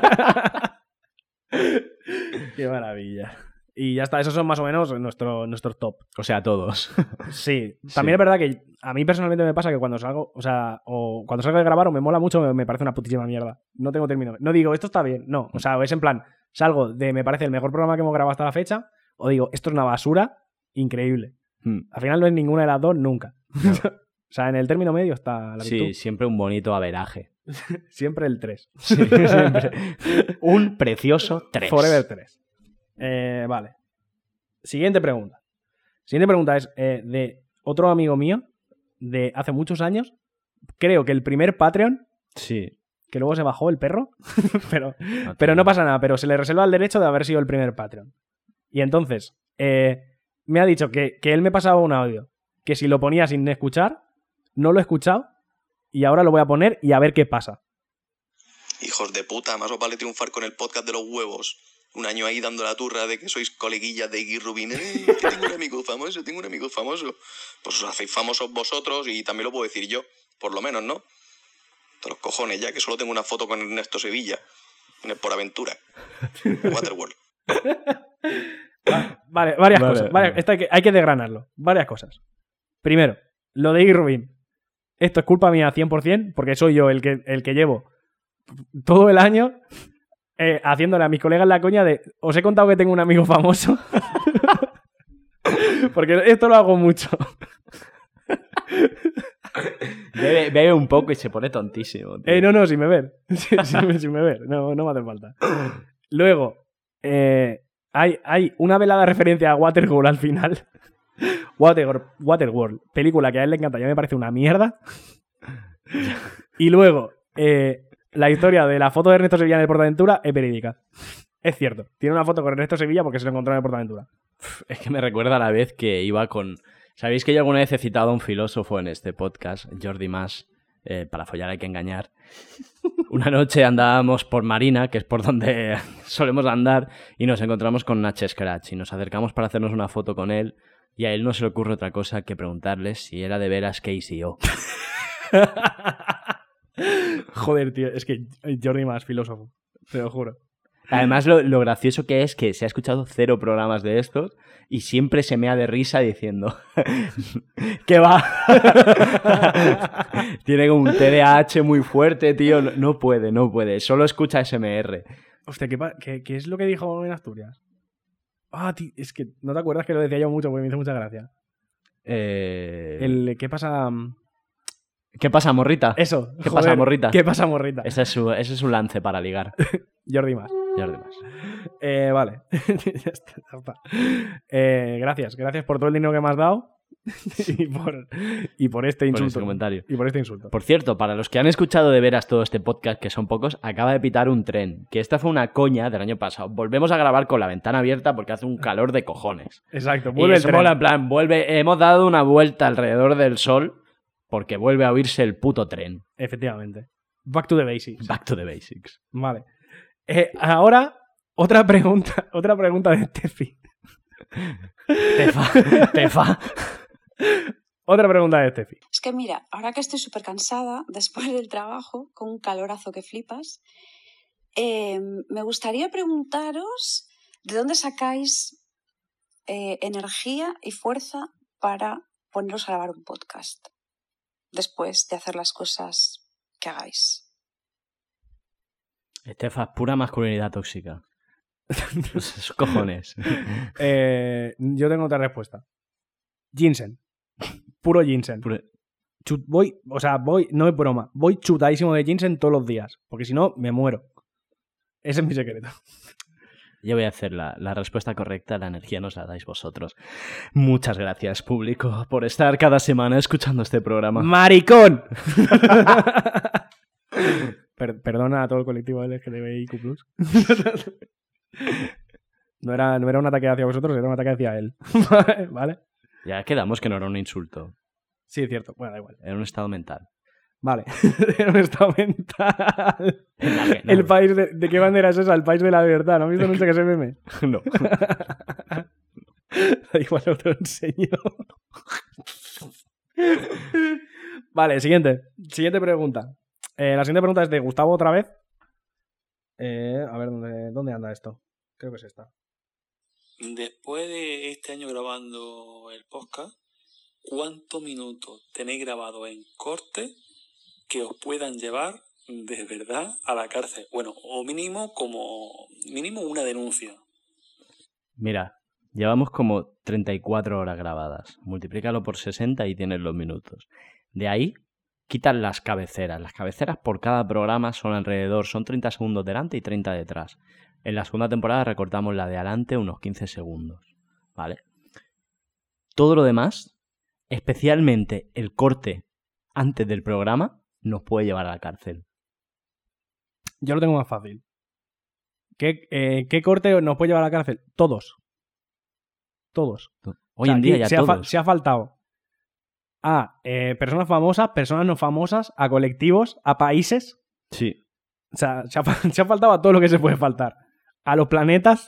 Qué maravilla. Y ya está, esos son más o menos nuestros top. O sea, todos. Sí. También es verdad que a mí personalmente me pasa que cuando salgo, o cuando salgo de grabar o me mola mucho, me parece una putísima mierda. No tengo término. No digo, esto está bien. No. O sea, es en plan, salgo de me parece el mejor programa que hemos grabado hasta la fecha, o digo, esto es una basura increíble. Al final no es ninguna de las dos nunca. No. O sea, en el término medio está la virtud. Sí, siempre un bonito averaje. Siempre el 3. Sí, siempre. Un precioso 3. Forever 3. Vale. Siguiente pregunta. Siguiente pregunta es de otro amigo mío de hace muchos años. Creo que el primer Patreon. Sí. Que luego se bajó el perro. pero no pasa nada. Pero se le reserva el derecho de haber sido el primer Patreon. Y entonces me ha dicho que él me pasaba un audio. Que si lo ponía sin escuchar, no lo he escuchado. Y ahora lo voy a poner y a ver qué pasa. Hijos de puta, más os vale triunfar con el podcast de los huevos. Un año ahí dando la turra de que sois coleguillas de Iggy Rubin. Que tengo un amigo famoso. Pues os hacéis famosos vosotros y también lo puedo decir yo. Por lo menos, ¿no? De los cojones ya, que solo tengo una foto con Ernesto Sevilla. En el Por Aventura. Waterworld. Vale, varias cosas. Esto hay que desgranarlo. Varias cosas. Primero, lo de Iggy Rubin. Esto es culpa mía 100%, porque soy yo el que llevo todo el año haciéndole a mis colegas la coña de os he contado que tengo un amigo famoso. Porque esto lo hago mucho. Bebe un poco y se pone tontísimo. No, sin beber. sin beber. No me hace falta. Luego, hay una velada referencia a Waterworld al final. Waterworld, película que a él le encanta, ya me parece una mierda. Y luego, la historia de la foto de Ernesto Sevilla en el Portaventura es verídica. Es cierto, tiene una foto con Ernesto Sevilla porque se lo encontró en el Portaventura. Es que me recuerda a la vez que iba con... ¿Sabéis que yo alguna vez he citado a un filósofo en este podcast, Jordi Mas? Para follar hay que engañar. Una noche andábamos por Marina, que es por donde solemos andar, y nos encontramos con Nach Scratch y nos acercamos para hacernos una foto con él. Y a él no se le ocurre otra cosa que preguntarle si era de veras KCO. Joder, tío, es que Jordi Mas, filósofo, te lo juro. Además, lo gracioso que es que se ha escuchado 0 programas de estos y siempre se mea de risa diciendo ¿qué va? Tiene como un TDAH muy fuerte, tío. No puede. Solo escucha SMR. Hostia, ¿qué es lo que dijo en Asturias? Tío, es que no te acuerdas que lo decía yo mucho porque me hizo mucha gracia. ¿Qué pasa? ¿Qué pasa, morrita? Eso. ¿Qué pasa, morrita? ¿Qué pasa, morrita? Ese es su lance para ligar. Jordi Mas. Vale. Ya está. Gracias por todo el dinero que me has dado y por este insulto. Por este comentario. Y por este insulto. Por cierto, para los que han escuchado de veras todo este podcast, que son pocos, acaba de pitar un tren. Que esta fue una coña del año pasado. Volvemos a grabar con la ventana abierta porque hace un calor de cojones. Exacto. Vuelve el tren. Mola, en plan, hemos dado una vuelta alrededor del sol porque vuelve a oírse el puto tren. Efectivamente. Back to the basics. Back to the basics. Vale. Ahora, otra pregunta de Tefi. Tefa. Otra pregunta de Tefi. Es que mira, ahora que estoy súper cansada, después del trabajo, con un calorazo que flipas, me gustaría preguntaros de dónde sacáis energía y fuerza para poneros a grabar un podcast después de hacer las cosas que hagáis. Estefa, pura masculinidad tóxica. Sus cojones. Yo tengo otra respuesta. Ginseng. Puro ginseng. Voy, no es broma, voy chutadísimo de ginseng todos los días, porque si no, me muero. Ese es mi secreto. Yo voy a hacer la respuesta correcta, la energía nos la dais vosotros. Muchas gracias, público, por estar cada semana escuchando este programa. ¡Maricón! Perdona a todo el colectivo LGTBIQ+. No era un ataque hacia vosotros, era un ataque hacia él. ¿Vale? Ya quedamos que no era un insulto. Sí, es cierto. Bueno, da igual. Era un estado mental. Vale. Era un estado mental. El país ¿de qué bandera es esa? El país de la libertad. ¿No has visto nunca que se meme? No. Da igual, no te lo enseño. Vale, siguiente pregunta. La siguiente pregunta es de Gustavo otra vez. A ver, ¿dónde anda esto? Creo que es esta. Después de este año grabando el podcast, ¿cuántos minutos tenéis grabado en corte que os puedan llevar de verdad a la cárcel? Bueno, o mínimo una denuncia. Mira, llevamos como 34 horas grabadas. Multiplícalo por 60 y tienes los minutos. De ahí, quitan las cabeceras. Las cabeceras por cada programa son 30 segundos delante y 30 detrás. En la segunda temporada recortamos la de adelante unos 15 segundos. ¿Vale? Todo lo demás, especialmente el corte antes del programa, nos puede llevar a la cárcel. Yo lo tengo más fácil. ¿Qué corte nos puede llevar a la cárcel? Todos. Hoy en día ya todos. Se ha faltado a personas famosas, personas no famosas, a colectivos, a países. Sí. O sea, se ha faltado a todo lo que se puede faltar. A los planetas.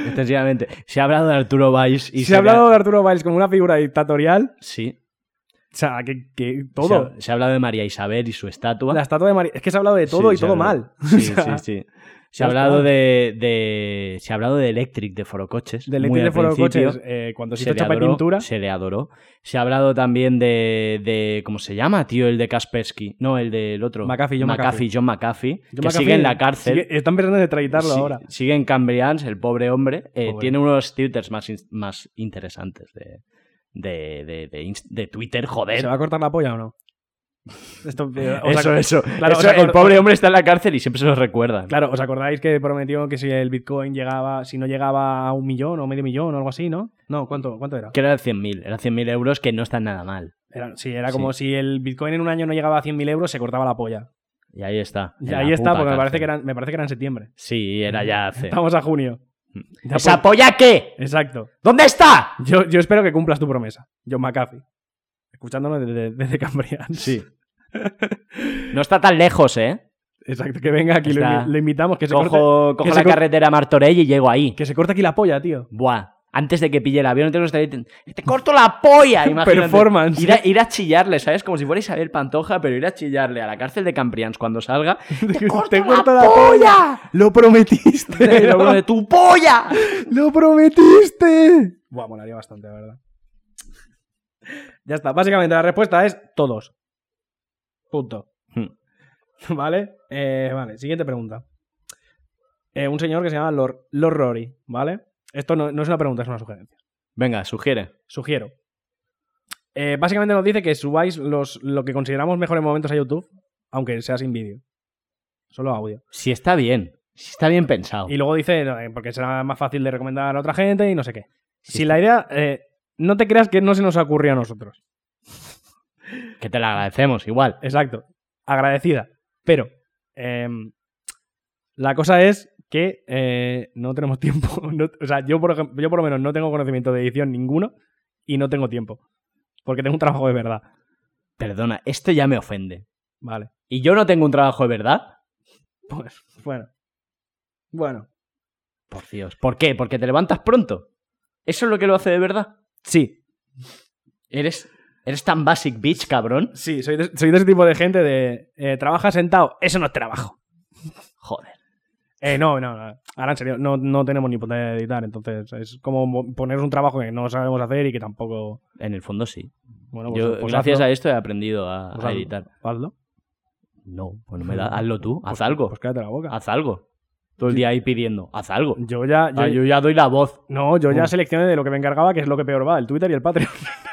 Extensivamente. Se ha hablado de Arturo Valls. Se ha hablado de Arturo Valls como una figura dictatorial. Sí. O sea, que todo. Se ha hablado de María Isabel y su estatua. La estatua de María. Es que se ha hablado de todo y todo mal. Sí, sí. Se ha hablado de Electric, de Forocoches. De Electric, de Forocoches, cuando se hizo chapa y pintura. Se le adoró. Se ha hablado también de ¿cómo se llama, tío? El de Kaspersky. No, el del otro. John McAfee. Que sigue en la cárcel. Están pensando en extraditarlo ahora. Sigue en Cambrians, el pobre hombre. Tiene unos twitters más interesantes de Twitter, joder. ¿Se va a cortar la polla o no? Eso. Claro, el pobre hombre está en la cárcel y siempre se lo recuerdan. Claro, ¿os acordáis que prometió que si el Bitcoin si no llegaba a 1 millón o medio millón o algo así, ¿no? No, ¿cuánto era? Que era 100.000. Eran 100.000 euros, que no están nada mal. Era como si el Bitcoin en un año no llegaba a 100.000 euros, se cortaba la polla. Y ahí está. Y ahí está, porque me parece que era en septiembre. Sí, era ya hace. Estamos a junio. ¿Esa polla qué? Exacto. ¿Dónde está? Yo espero que cumplas tu promesa, John McAfee. Escuchándome desde Cambrians. Sí. No está tan lejos, ¿eh? Exacto, que venga aquí, lo invitamos. Que cojo la carretera a Martorell y llego ahí. Que se corte aquí la polla, tío. Buah. Antes de que pille el avión, te corto la polla. Imagínate. Performance. Ir a chillarle, ¿sabes? Como si fuera Isabel Pantoja, pero ir a chillarle a la cárcel de Cambrians cuando salga. ¡Te corto la polla! ¡Lo prometiste! ¡Lo de tu polla! ¡Lo prometiste! Buah, molaría bastante, la verdad. Ya está. Básicamente la respuesta es todos. Punto. ¿Vale? Vale, siguiente pregunta. Un señor que se llama Lord Rory, ¿vale? Esto no es una pregunta, es una sugerencia. Venga, Sugiero. Básicamente nos dice que subáis lo que consideramos mejores momentos a YouTube, aunque sea sin vídeo. Solo audio. Si está bien pensado. Y luego dice, porque será más fácil de recomendar a otra gente y no sé qué. Si la idea... no te creas que no se nos ocurrió a nosotros. Que te la agradecemos igual. Exacto. Agradecida. Pero la cosa es que no tenemos tiempo. O sea, yo por lo menos no tengo conocimiento de edición ninguno y no tengo tiempo. Porque tengo un trabajo de verdad. Perdona, esto ya me ofende. Vale. ¿Y yo no tengo un trabajo de verdad? Pues, bueno. Por Dios. ¿Por qué? ¿Porque te levantas pronto? ¿Eso es lo que lo hace de verdad? Sí. ¿Eres tan basic bitch, cabrón? Sí, soy de ese tipo de gente de... ¿trabaja sentado? Eso no es trabajo. Joder. No. Ahora en serio, no tenemos ni potencia de editar, entonces es como poneros un trabajo que no sabemos hacer y que tampoco... En el fondo sí. Bueno, pues gracias a esto he aprendido a editar. ¿Hazlo? No, pues no me da. Hazlo tú, haz algo. Pues cállate la boca. Haz algo. Todo el día ahí pidiendo, haz algo. Yo ya doy la voz. No, yo ya seleccioné de lo que me encargaba, que es lo que peor va, el Twitter y el Patreon.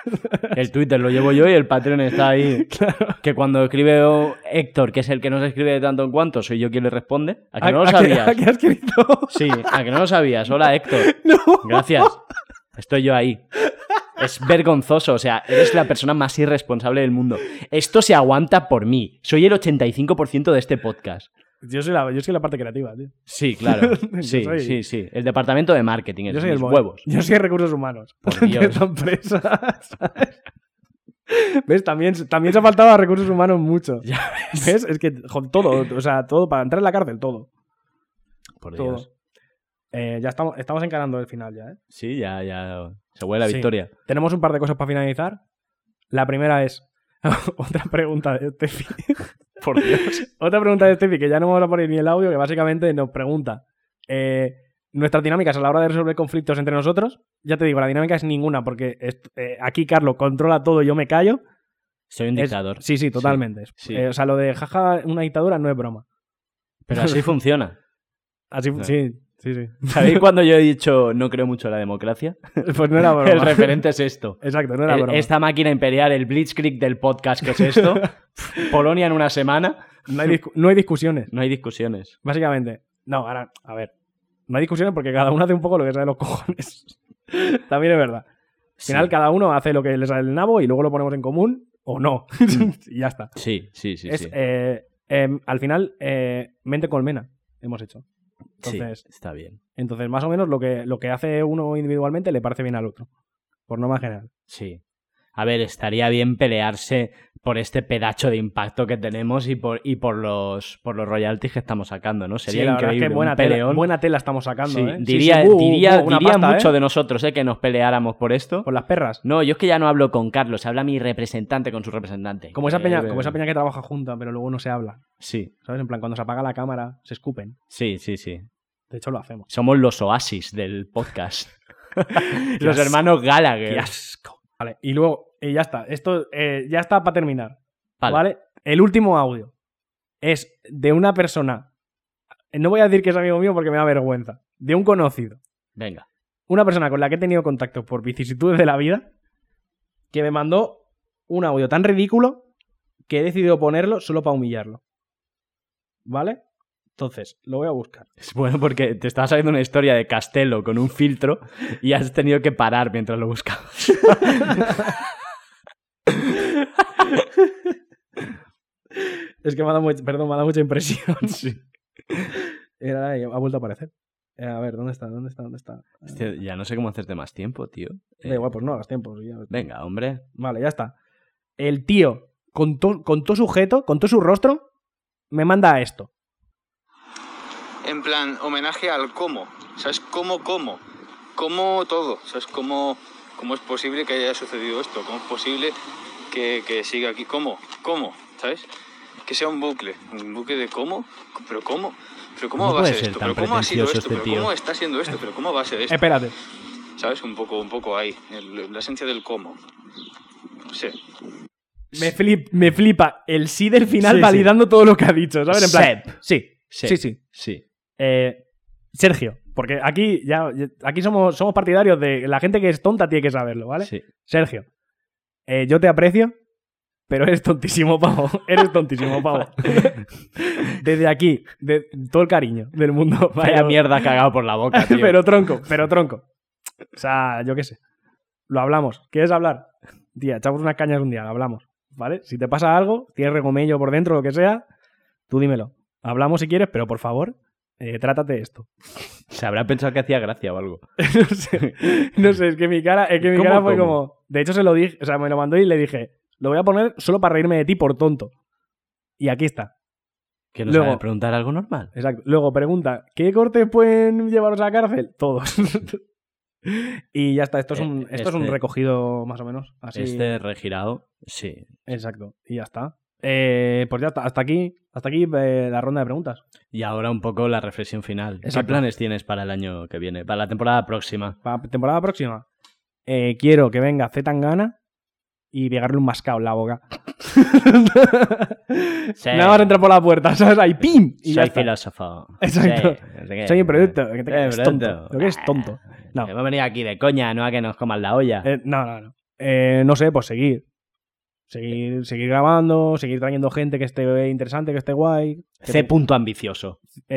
El Twitter lo llevo yo y el Patreon está ahí. Claro. Que cuando escribe Héctor, que es el que nos escribe de tanto en cuanto, soy yo quien le responde. ¿A que no lo sabías? ¿A qué has escrito? Sí, a que no lo sabías. Hola, Héctor. No. Gracias. Estoy yo ahí. Es vergonzoso, o sea, eres la persona más irresponsable del mundo. Esto se aguanta por mí. Soy el 85% de este podcast. Yo soy la parte creativa, tío. Sí, claro. Sí. El departamento de marketing. Yo soy el huevos. Yo soy recursos humanos. Por Dios. De esta empresa, ¿sabes? ¿Ves? También se ha faltado a recursos humanos mucho. Ya ves. Es que todo, o sea, todo para entrar en la cárcel, todo. Por todo. Dios. Ya estamos encarando el final ya, ¿eh? Sí, ya se huele la victoria. Tenemos un par de cosas para finalizar. La primera es otra pregunta de Steffi. Por Dios. Otra pregunta de Steffi, que ya no vamos a poner ni el audio, que básicamente nos pregunta nuestras dinámicas a la hora de resolver conflictos entre nosotros. Ya te digo, la dinámica es ninguna, porque aquí Carlos controla todo y yo me callo. Soy un dictador. Sí, totalmente. Sí. O sea, lo de jaja, una dictadura no es broma. Pero así funciona. Así, sí. ¿Sabéis cuando yo he dicho no creo mucho en la democracia? Pues no era broma. El referente es esto. Exacto, no era broma. Esta máquina imperial, el Blitzkrieg del podcast, ¿qué es esto? Polonia en una semana. No hay discusiones. No hay discusiones. Básicamente. No, ahora, a ver. No hay discusiones porque cada uno hace un poco lo que sale de los cojones. También es verdad. Al final cada uno hace lo que le sale del nabo y luego lo ponemos en común o no. Y ya está. Sí. Al final, mente colmena hemos hecho. Entonces, sí, está bien. Entonces, más o menos lo que hace uno individualmente le parece bien al otro. Por norma general. Sí. A ver, estaría bien pelearse por este pedacho de impacto que tenemos y por los royalties que estamos sacando, ¿no? Sería la increíble. verdad es que buena tela estamos sacando, Sí, ¿eh? diría pasta, mucho de nosotros, que nos peleáramos por esto. ¿Por las perras? No, yo es que ya no hablo con Carlos, habla mi representante con su representante. Como esa peña que trabaja junta, pero luego no se habla. Sí. ¿Sabes? En plan, cuando se apaga la cámara, se escupen. Sí. De hecho, lo hacemos. Somos los oasis del podcast. Los hermanos Gallagher. ¡Qué asco! Vale, y luego, ya está. Esto ya está para terminar. Vale. El último audio es de una persona. No voy a decir que es amigo mío porque me da vergüenza. De un conocido. Venga. Una persona con la que he tenido contacto por vicisitudes de la vida, que me mandó un audio tan ridículo que he decidido ponerlo solo para humillarlo. ¿Vale? Entonces, lo voy a buscar. Es bueno porque te estaba saliendo una historia de Castelo con un filtro y has tenido que parar mientras lo buscabas. Es que me ha dado mucha impresión. Sí. Ha vuelto a aparecer. A ver, ¿dónde está? Hostia, ya no sé cómo hacerte más tiempo, tío. Da igual, pues no hagas tiempo. Venga, hombre. Vale, ya está. El tío, con todo sujeto, con todo su rostro, me manda esto. En plan, homenaje al cómo. ¿Sabes? ¿Cómo todo. ¿Sabes? ¿Cómo es posible que haya sucedido esto? ¿Cómo es posible que siga aquí? ¿Cómo? ¿Sabes? Que sea un bucle de cómo. ¿Pero cómo? ¿Pero cómo va a ser esto? ¿Pero cómo ha sido esto? ¿Pero cómo está siendo esto? ¿Pero cómo va a ser esto? Espérate. ¿Sabes? Un poco ahí. La esencia del cómo. Sí. Me flipa el sí del final validando todo lo que ha dicho, ¿sabes? En plan, sí. Sergio, porque aquí somos partidarios de la gente que es tonta tiene que saberlo, ¿vale? Sí. Sergio, yo te aprecio, pero eres tontísimo, pavo. Desde aquí, de todo el cariño del mundo. Vaya mierda cagado por la boca, tío. pero tronco. O sea, yo qué sé. Lo hablamos. ¿Quieres hablar? Tía, echamos unas cañas un día, lo hablamos, ¿vale? Si te pasa algo, tienes regomello por dentro, lo que sea, tú dímelo. Hablamos si quieres, pero por favor, trátate esto. Se habrá pensado que hacía gracia o algo. No sé, es que mi cara fue como... De hecho, se lo dije, o sea, me lo mandó y le dije, lo voy a poner solo para reírme de ti por tonto. Y aquí está. ¿Que nos sabe preguntar algo normal? Exacto. Luego pregunta, ¿qué cortes pueden llevaros a la cárcel? Todos. Y ya está, esto es un recogido más o menos. Así. Regirado, sí. Exacto, y ya está. Pues ya está, hasta aquí la ronda de preguntas. Y ahora un poco la reflexión final. Exacto. ¿Qué planes tienes para el año que viene? Para la temporada próxima. Para la temporada próxima, quiero que venga Zetangana y pegarle un mascao en la boca. Sí. Nada más entrar por la puerta, ¿sabes? Ahí ¡pim! Y soy ya filósofo. Exacto. Sí. Soy un producto. Lo que es tonto. No. Hemos venido aquí de coña, no a que nos coman la olla. No. No sé, pues seguir grabando, seguir trayendo gente que esté interesante, que esté guay. Punto ambicioso.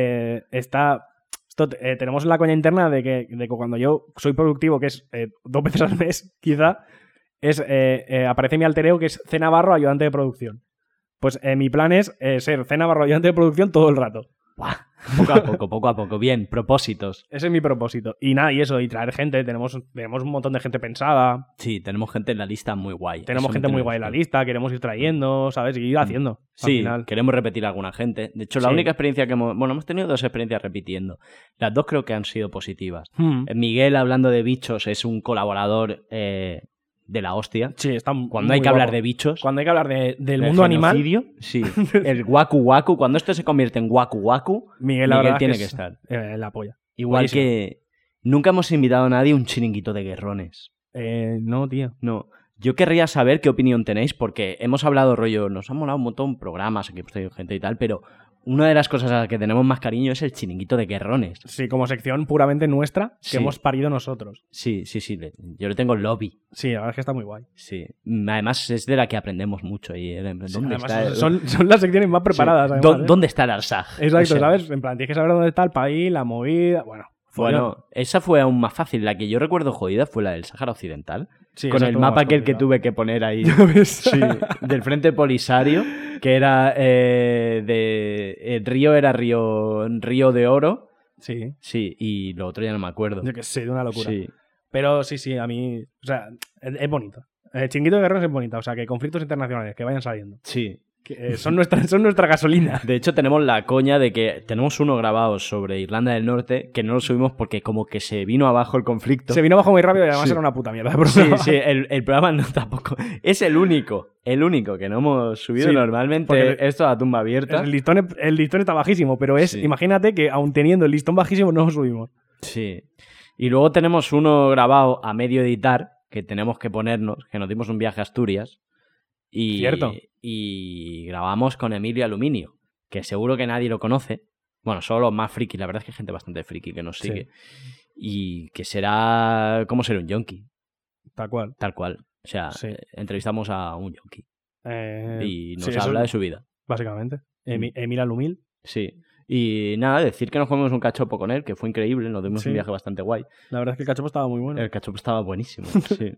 Tenemos la coña interna de que cuando yo soy productivo, que es 2 veces al mes, quizá, aparece mi alter ego, que es C. Navarro, ayudante de producción. Pues mi plan es ser C. Navarro, ayudante de producción todo el rato. ¡Buah! Poco a poco. Bien, propósitos. Ese es mi propósito. Y nada, y traer gente. Tenemos un montón de gente pensada. Sí, tenemos gente en la lista muy guay. Tenemos gente muy guay en la lista. Queremos ir trayendo, ¿sabes? Y ir haciendo. Sí, al final. Queremos repetir a alguna gente. De hecho, la única experiencia que hemos tenido 2 experiencias repitiendo. Las 2 creo que han sido positivas. Miguel, hablando de bichos, es un colaborador de la hostia. Sí, está cuando hay que hablar de bichos. Cuando hay que hablar del mundo animal. Sí. El waku. Cuando esto se convierte en waku, Miguel tiene que estar. La polla. Igual buenísimo. Que nunca hemos invitado a nadie a un chiringuito de guerrones. No, tío. No. Yo querría saber qué opinión tenéis, porque hemos hablado rollo, nos han molado un montón programas, aquí hemos tenido gente y tal, pero una de las cosas a las que tenemos más cariño es el chiringuito de guerrones. Sí, como sección puramente nuestra que hemos parido nosotros. Sí. Yo le tengo lobby. Sí, la verdad es que está muy guay. Sí. Además es de la que aprendemos mucho. ¿Dónde está? Son las secciones más preparadas. Sí. Además, ¿Dónde está el Arsaj? Exacto, ¿sabes? En plan, tienes que saber dónde está el país, la movida. Bueno, esa fue aún más fácil. La que yo recuerdo jodida fue la del Sáhara Occidental. Sí, con el mapa aquel que tuve que poner ahí. Sí, del Frente Polisario, que era el río era río de Oro. Sí. Sí, y lo otro ya no me acuerdo. Yo que sé, de una locura. Sí. Pero sí, a mí... O sea, es bonito. Chinguito de guerreros es bonita, o sea, que conflictos internacionales que vayan saliendo. Sí. Que, son nuestra gasolina. De hecho, tenemos la coña de que tenemos uno grabado sobre Irlanda del Norte que no lo subimos porque como que se vino abajo el conflicto. Se vino abajo muy rápido y además era una puta mierda. Sí, el programa no tampoco. Es el único que no hemos subido normalmente. Esto a tumba abierta. El listón está bajísimo, pero imagínate que aun teniendo el listón bajísimo no lo subimos. Sí. Y luego tenemos uno grabado a medio editar que tenemos que ponernos, que nos dimos un viaje a Asturias. Cierto. Y grabamos con Emilio Aluminio, que seguro que nadie lo conoce. Bueno, solo los más frikis. La verdad es que hay gente bastante friki que nos sigue. Y que será... ¿Cómo ser un yonki? Tal cual. Tal cual. O sea, entrevistamos a un yonki. Y nos sí, habla de su vida. Básicamente. Emil Alumil. Sí. Y nada, decir que nos comimos un cachopo con él, que fue increíble. Nos dimos un viaje bastante guay. La verdad es que el cachopo estaba muy bueno. El cachopo estaba buenísimo, sí.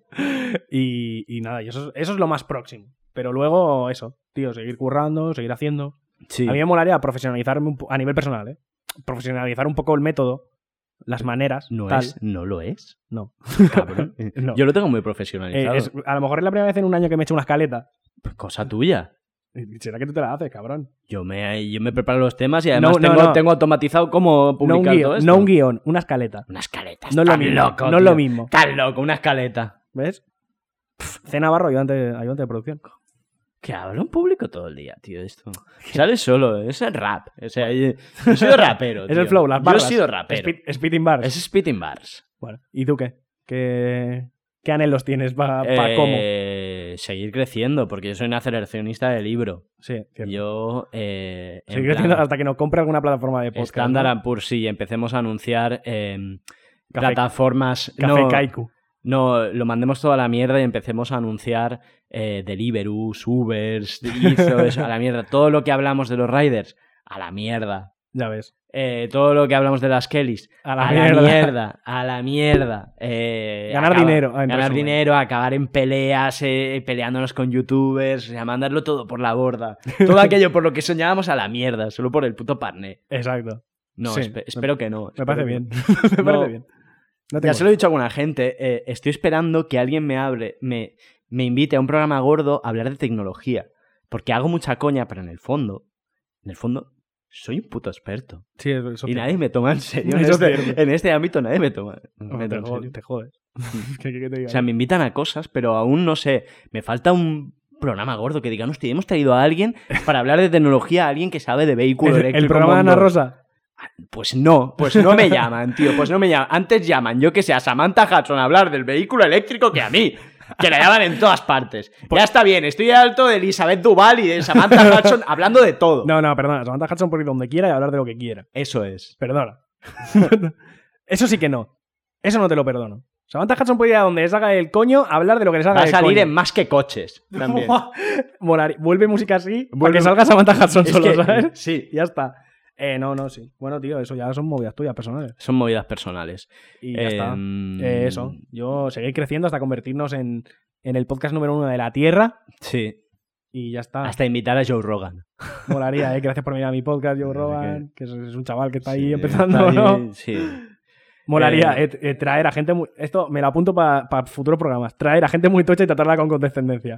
y nada, y eso es lo más próximo. Pero luego eso, tío, seguir currando, seguir haciendo. Sí. A mí me molaría profesionalizarme a nivel personal, ¿eh? Profesionalizar un poco el método, las maneras. ¿No lo es? No. Cabrón. No. Yo lo tengo muy profesionalizado. A lo mejor es la primera vez en un año que me he hecho una escaleta. Pues cosa tuya. ¿Será que tú te la haces, cabrón? Yo me preparo los temas y además tengo automatizado cómo publicar todo esto. No un guión, una escaleta. Una escaleta. No es lo mismo. Loco, no es lo mismo. Estás loco, una escaleta. ¿Ves? C. Navarro, ayudante de producción. Que habla un público todo el día, tío, esto. Sale solo, es el rap. O sea, yo he sido rapero, tío. Es el flow, las barras. Yo he sido rapero. Spitting bars. Es spitting bars. Bueno, ¿y tú qué? ¿Qué anhelos tienes para cómo? Seguir creciendo, porque yo soy un aceleracionista de libro. Sí, cierto. Yo... seguir creciendo hasta que nos compre alguna plataforma de podcast. Standard & Poor's, sí, empecemos a anunciar plataformas... Café Kaiku. No, lo mandemos todo a la mierda y empecemos a anunciar Deliverus, Ubers, eso, a la mierda. Todo lo que hablamos de los riders, a la mierda. Ya ves. Todo lo que hablamos de las Kellys, a la mierda. Ganar dinero. Ganar dinero, acabar en peleas, peleándonos con youtubers, o sea, mandarlo todo por la borda. Todo aquello por lo que soñábamos a la mierda, solo por el puto partner. Exacto. No, sí, espero que no. Me parece bien. Me parece bien. Ya se lo he dicho a alguna gente. Estoy esperando que alguien me invite a un programa gordo a hablar de tecnología. Porque hago mucha coña, pero en el fondo, soy un puto experto. Sí, eso y nadie me toma en serio. En este ámbito nadie me toma en serio. Te jodes. ¿Qué te diga? O sea, me invitan a cosas, pero aún no sé. Me falta un programa gordo que digan, hostia, hemos traído a alguien para hablar de tecnología, a alguien que sabe de vehículo eléctrico. ¿El programa de Ana Rosa? Pues no me llaman, tío, pues no me llaman. Antes llaman, yo que sé, a Samantha Hudson a hablar del vehículo eléctrico que a mí, que la llaman en todas partes. Ya está bien, estoy alto de Elizabeth Duval y de Samantha Hudson hablando de todo. No, perdona, Samantha Hudson puede ir donde quiera y hablar de lo que quiera. Eso es. Perdona. Eso sí que no. Eso no te lo perdono. Samantha Hudson puede ir a donde salga el coño a hablar de lo que le salga el coño. Va a salir en Más que Coches también. Vuelve música así para que salga Samantha Hudson solo, ¿sabes? Sí. Ya está. Sí. Bueno, tío, eso ya son movidas tuyas personales. Son movidas personales. Y ya está. Eso. Yo seguir creciendo hasta convertirnos en el podcast número 1 de la Tierra. Sí. Y ya está. Hasta invitar a Joe Rogan. Molaría, Gracias por venir a mi podcast, Joe Rogan. Que es un chaval que está ahí empezando, ¿no? Sí. Molaría traer a gente muy... Esto me lo apunto para futuros programas. Traer a gente muy tocha y tratarla con condescendencia.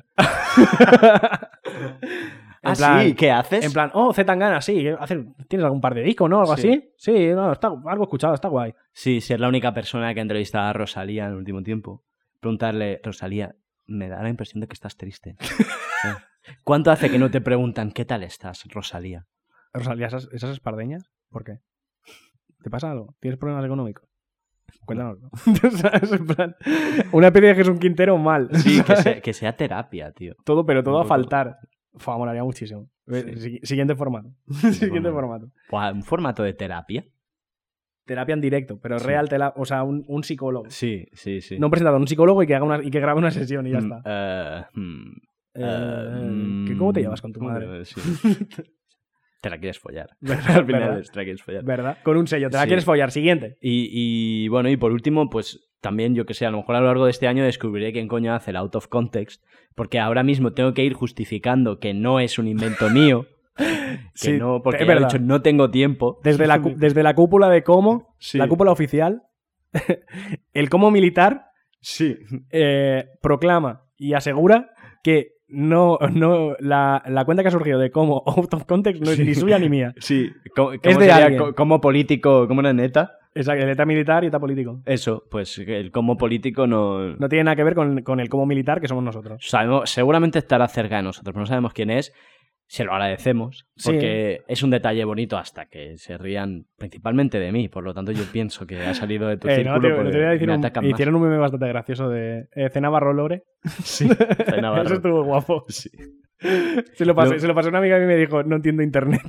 En plan, ¿sí? ¿Qué haces? En plan, Zetangana, sí. ¿Tienes algún par de discos, no? ¿Algo así? Sí, no, algo escuchado, está guay. Sí, ser la única persona que ha entrevistado a Rosalía en el último tiempo. Preguntarle, Rosalía, me da la impresión de que estás triste. ¿Cuánto hace que no te preguntan qué tal estás, Rosalía? Rosalía, ¿esas espardeñas? ¿Por qué? ¿Te pasa algo? ¿Tienes problemas económicos? Cuéntanoslo. ¿Sabes? En plan, una especie de Jesús Quintero mal. Sí, que sea terapia, tío. Todo a faltar. Molaría muchísimo. Siguiente formato. Siguiente formato. ¿Un formato de terapia? Terapia en directo, pero real, o sea, un psicólogo. Sí. No un presentador, un psicólogo y que grabe una sesión y ya está. ¿Cómo te llevas con tu madre? Sí. Te la quieres follar. Al final te la quieres follar. ¿Verdad? Con un sello, te la quieres follar. Siguiente. Y bueno, y por último, pues también, yo que sé, a lo mejor a lo largo de este año descubriré quién coño hace el Out of Context, porque ahora mismo tengo que ir justificando que no es un invento mío. Que no, porque he dicho, no tengo tiempo. Desde la cúpula de Como, la cúpula oficial, el Como militar proclama y asegura que la cuenta que ha surgido de Como out of context no es ni suya ni mía. Sí, es de alguien. Como político, ¿cómo era Neta? Exacto, el ETA militar y ETA político. Eso, pues el como político no... No tiene nada que ver con el como militar que somos nosotros. Seguramente estará cerca de nosotros, pero no sabemos quién es. Se lo agradecemos, porque es un detalle bonito hasta que se rían principalmente de mí. Por lo tanto, yo pienso que ha salido de tu círculo. No te voy a decir hicieron un meme bastante gracioso de Cenavarro Lore. Sí, Cenavarro. Eso estuvo guapo. Sí. Se lo pasé a una amiga y me dijo, no entiendo internet.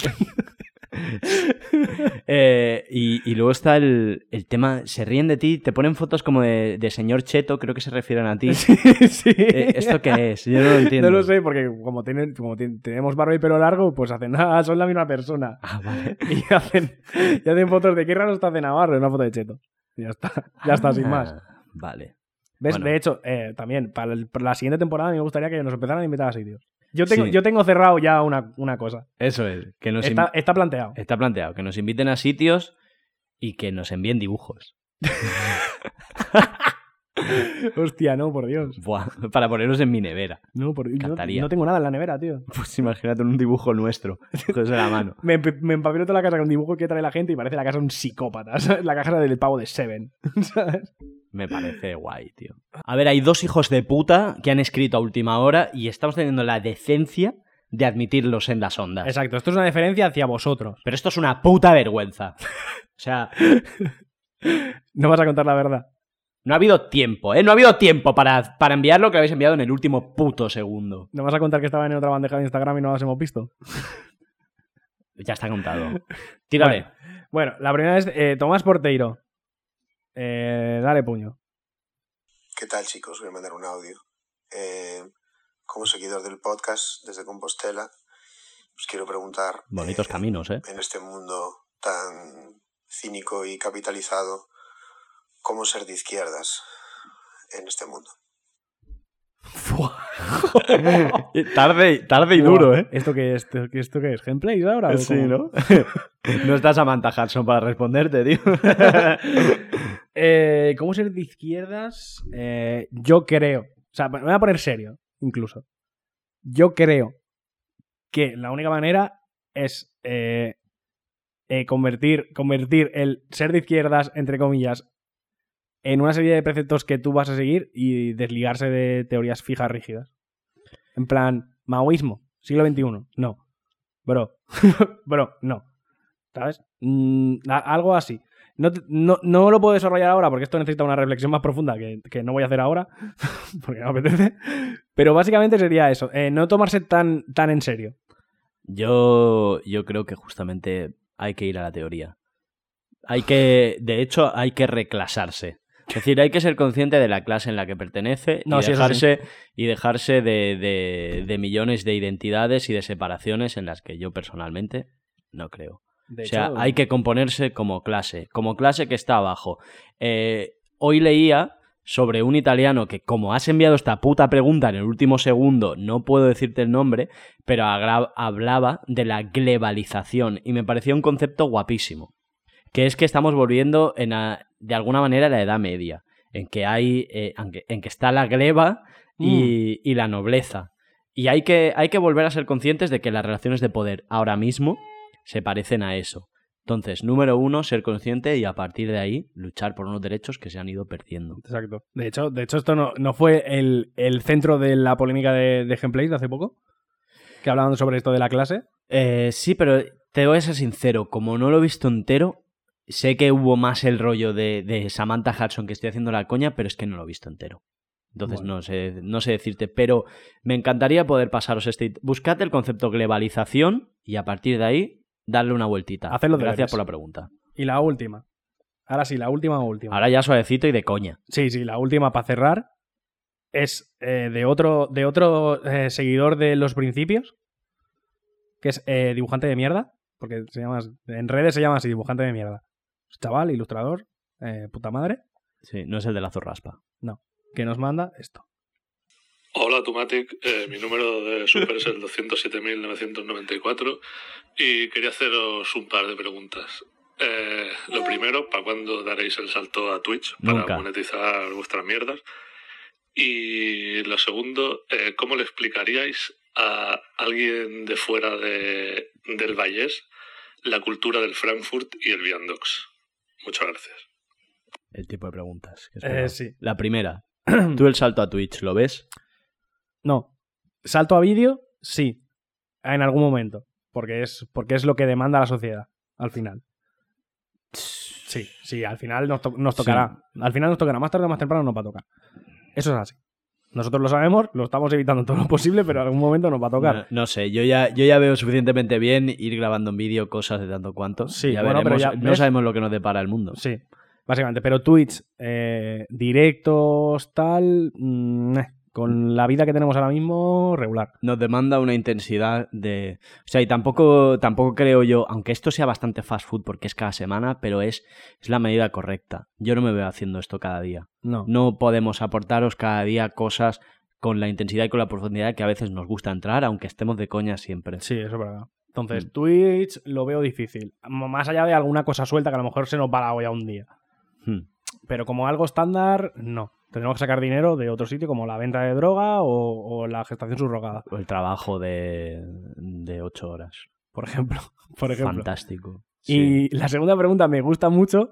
Y luego está el tema, se ríen de ti, te ponen fotos como de señor Cheto, creo que se refieren a ti. Sí. ¿Esto qué es? Yo no lo entiendo. No lo sé, porque como tenemos barba y pelo largo, pues hacen, son la misma persona. Ah, vale. Y hacen fotos de qué raro está Cenavarro en una foto de Cheto. Y ya está, sin más. Vale. ¿Ves? Bueno. De hecho, también, para la siguiente temporada me gustaría que nos empezaran a invitar a sitios. Yo tengo cerrado ya una cosa. Eso es. Que está planteado. Está planteado. Que nos inviten a sitios y que nos envíen dibujos. Hostia, no, por Dios. Buah, para ponerlos en mi nevera. No, no tengo nada en la nevera, tío. Pues imagínate un dibujo nuestro. Coges de la mano. Me empapilo toda la casa con dibujo que trae la gente y parece la casa de un psicópata. ¿Sabes? La casa del pavo de Seven. ¿Sabes? Me parece guay, tío. A ver, hay 2 hijos de puta que han escrito a última hora y estamos teniendo la decencia de admitirlos en las ondas. Exacto, esto es una deferencia hacia vosotros. Pero esto es una puta vergüenza. O sea... No vas a contar la verdad. No ha habido tiempo, ¿eh? No ha habido tiempo para enviar lo que habéis enviado en el último puto segundo. ¿No vas a contar que estaban en otra bandeja de Instagram y no las hemos visto? Ya está contado. Tírale. Bueno, la primera es Tomás Porteiro. Dale puño. ¿Qué tal, chicos? Voy a mandar un audio. Como seguidor del podcast desde Compostela, os quiero preguntar... Bonitos caminos, ¿eh? En este mundo tan cínico y capitalizado, ¿cómo ser de izquierdas en este mundo? tarde y duro, ¿eh? ¿Esto qué es? ¿Gameplay ahora? Sí, ¿no? No está Samantha Hudson para responderte, tío. ¿Cómo ser de izquierdas? Yo creo... O sea, me voy a poner serio, incluso. Yo creo que la única manera es convertir el ser de izquierdas, entre comillas, en una serie de preceptos que tú vas a seguir y desligarse de teorías fijas rígidas. En plan, maoísmo, siglo XXI. No. Bro, no. ¿Sabes? Algo así. No lo puedo desarrollar ahora porque esto necesita una reflexión más profunda que no voy a hacer ahora porque no me apetece. Pero básicamente sería eso. No tomarse tan en serio. Yo creo que justamente hay que ir a la teoría. De hecho, hay que reclasarse. Es decir, hay que ser consciente de la clase en la que pertenece y dejarse de millones de identidades y de separaciones en las que yo personalmente no creo. Hay que componerse como clase que está abajo. Hoy leía sobre un italiano que, como has enviado esta puta pregunta en el último segundo, no puedo decirte el nombre, pero hablaba de la globalización y me parecía un concepto guapísimo. Que es que estamos volviendo de alguna manera a la Edad Media, en que está la gleba y la nobleza. Y hay que volver a ser conscientes de que las relaciones de poder ahora mismo se parecen a eso. Entonces, número 1, ser consciente y a partir de ahí luchar por unos derechos que se han ido perdiendo. Exacto. De hecho esto no fue el centro de la polémica de Gameplay de hace poco, que hablaban sobre esto de la clase. Sí, pero te voy a ser sincero, como no lo he visto entero, sé que hubo más el rollo de Samantha Hudson que estoy haciendo la coña, pero es que no lo he visto entero. Entonces bueno, no sé decirte, pero me encantaría poder pasaros buscad el concepto globalización y a partir de ahí darle una vueltita. Gracias por la pregunta. Y la última. Ahora sí, la última. Ahora ya suavecito y de coña. Sí, la última para cerrar es de otro seguidor de los principios, que es dibujante de mierda, porque en redes se llama así, dibujante de mierda. Chaval, ilustrador, puta madre. Sí, no es el de la Zorraspa. No, que nos manda esto. Hola, Tumatic. Mi número de Super es el 207.994 y quería haceros un par de preguntas. Lo primero, ¿para cuándo daréis el salto a Twitch para monetizar vuestras mierdas? Y lo segundo, ¿cómo le explicaríais a alguien de fuera del Vallés la cultura del Frankfurt y el Viandox? Muchas gracias. El tipo de preguntas. Que sí. La primera. ¿Tú el salto a Twitch lo ves? No. ¿Salto a vídeo? Sí. En algún momento. Porque es lo que demanda la sociedad, al final. Sí, al final nos tocará. Sí. Al final nos tocará. Más tarde o más temprano nos va a tocar. Eso es así. Nosotros lo sabemos, lo estamos evitando todo lo posible, pero en algún momento nos va a tocar. No sé, yo ya veo suficientemente bien ir grabando en vídeo cosas de tanto cuanto. Sí, ya veremos, pero ya, no sabemos lo que nos depara el mundo. Sí, básicamente. Pero Twitch, directos, tal... con la vida que tenemos ahora mismo, regular. Nos demanda una intensidad de... O sea, y tampoco creo yo, aunque esto sea bastante fast food porque es cada semana, pero es la medida correcta. Yo no me veo haciendo esto cada día. No podemos aportaros cada día cosas con la intensidad y con la profundidad que a veces nos gusta entrar, aunque estemos de coña siempre. Sí, eso es verdad. Entonces, Twitch lo veo difícil. Más allá de alguna cosa suelta que a lo mejor se nos va la olla un día. Pero como algo estándar, no. Tendremos que sacar dinero de otro sitio, como la venta de droga o la gestación subrogada. O el trabajo de 8 horas. Por ejemplo. Fantástico. Y la segunda pregunta me gusta mucho.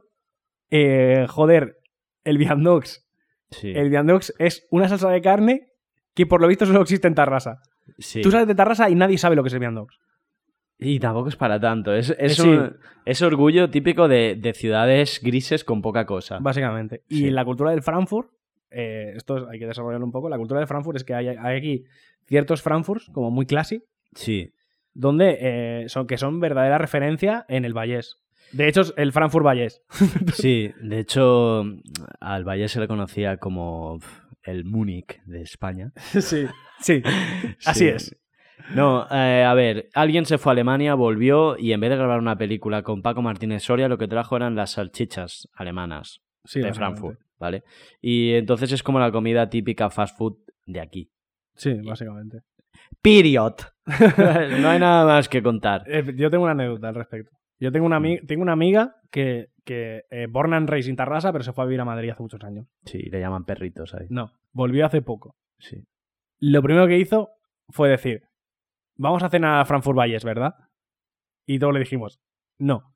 Joder, el Viandox. Sí. El Viandox es una salsa de carne que por lo visto solo existe en Tarrasa. Sí. Tú sales de Tarrasa y nadie sabe lo que es el Viandox. Y tampoco es para tanto. Es orgullo típico de ciudades grises con poca cosa. Básicamente. Y la cultura del Frankfurt, esto hay que desarrollarlo un poco. La cultura del Frankfurt es que hay aquí ciertos Frankfurts, como muy classy, sí, donde son verdadera referencia en el Vallés. De hecho, es el Frankfurt Vallés. Sí, de hecho, al Vallés se le conocía como el Múnich de España. Sí, así es. No, a ver, alguien se fue a Alemania, volvió y en vez de grabar una película con Paco Martínez Soria, lo que trajo eran las salchichas alemanas de Frankfurt, ¿vale? Y entonces es como la comida típica fast food de aquí. Sí, básicamente. Period. No hay nada más que contar. Yo tengo una anécdota al respecto. Yo tengo una amiga que born and raised in Tarrasa, pero se fue a vivir a Madrid hace muchos años. Sí, le llaman perritos ahí. No, volvió hace poco. Sí. Lo primero que hizo fue decir: vamos a cenar a Frankfurt Vallés, ¿verdad? Y todos le dijimos, no.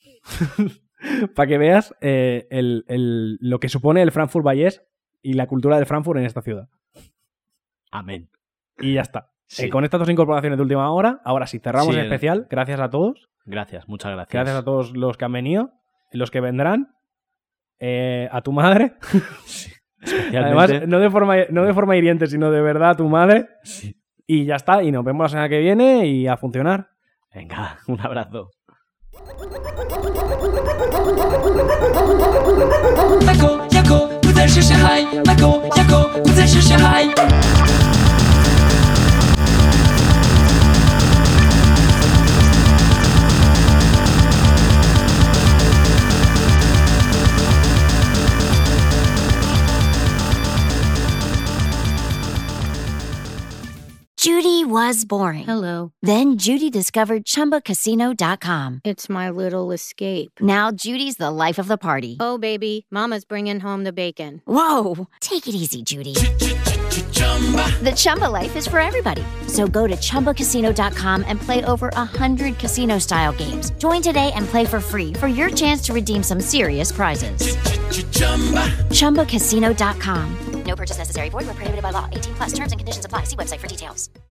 Para que veas lo que supone el Frankfurt Vallés y la cultura del Frankfurt en esta ciudad. Amén. Y ya está. Sí. Con estas 2 incorporaciones de última hora, ahora sí, cerramos el especial. Gracias a todos. Gracias, muchas gracias. Gracias a todos los que han venido, los que vendrán, a tu madre. Sí. Además, no de forma hiriente, sino de verdad a tu madre. Sí. Y ya está, y nos vemos la semana que viene y a funcionar. Venga, un abrazo. Judy was boring. Hello. Then Judy discovered ChumbaCasino.com. It's my little escape. Now Judy's the life of the party. Oh, baby, mama's bringing home the bacon. Whoa, take it easy, Judy. The Chumba life is for everybody. So go to ChumbaCasino.com and play over 100 casino-style games. Join today and play for free for your chance to redeem some serious prizes. ChumbaCasino.com. No purchase necessary. Void where prohibited by law. 18+. Terms and conditions apply. See website for details.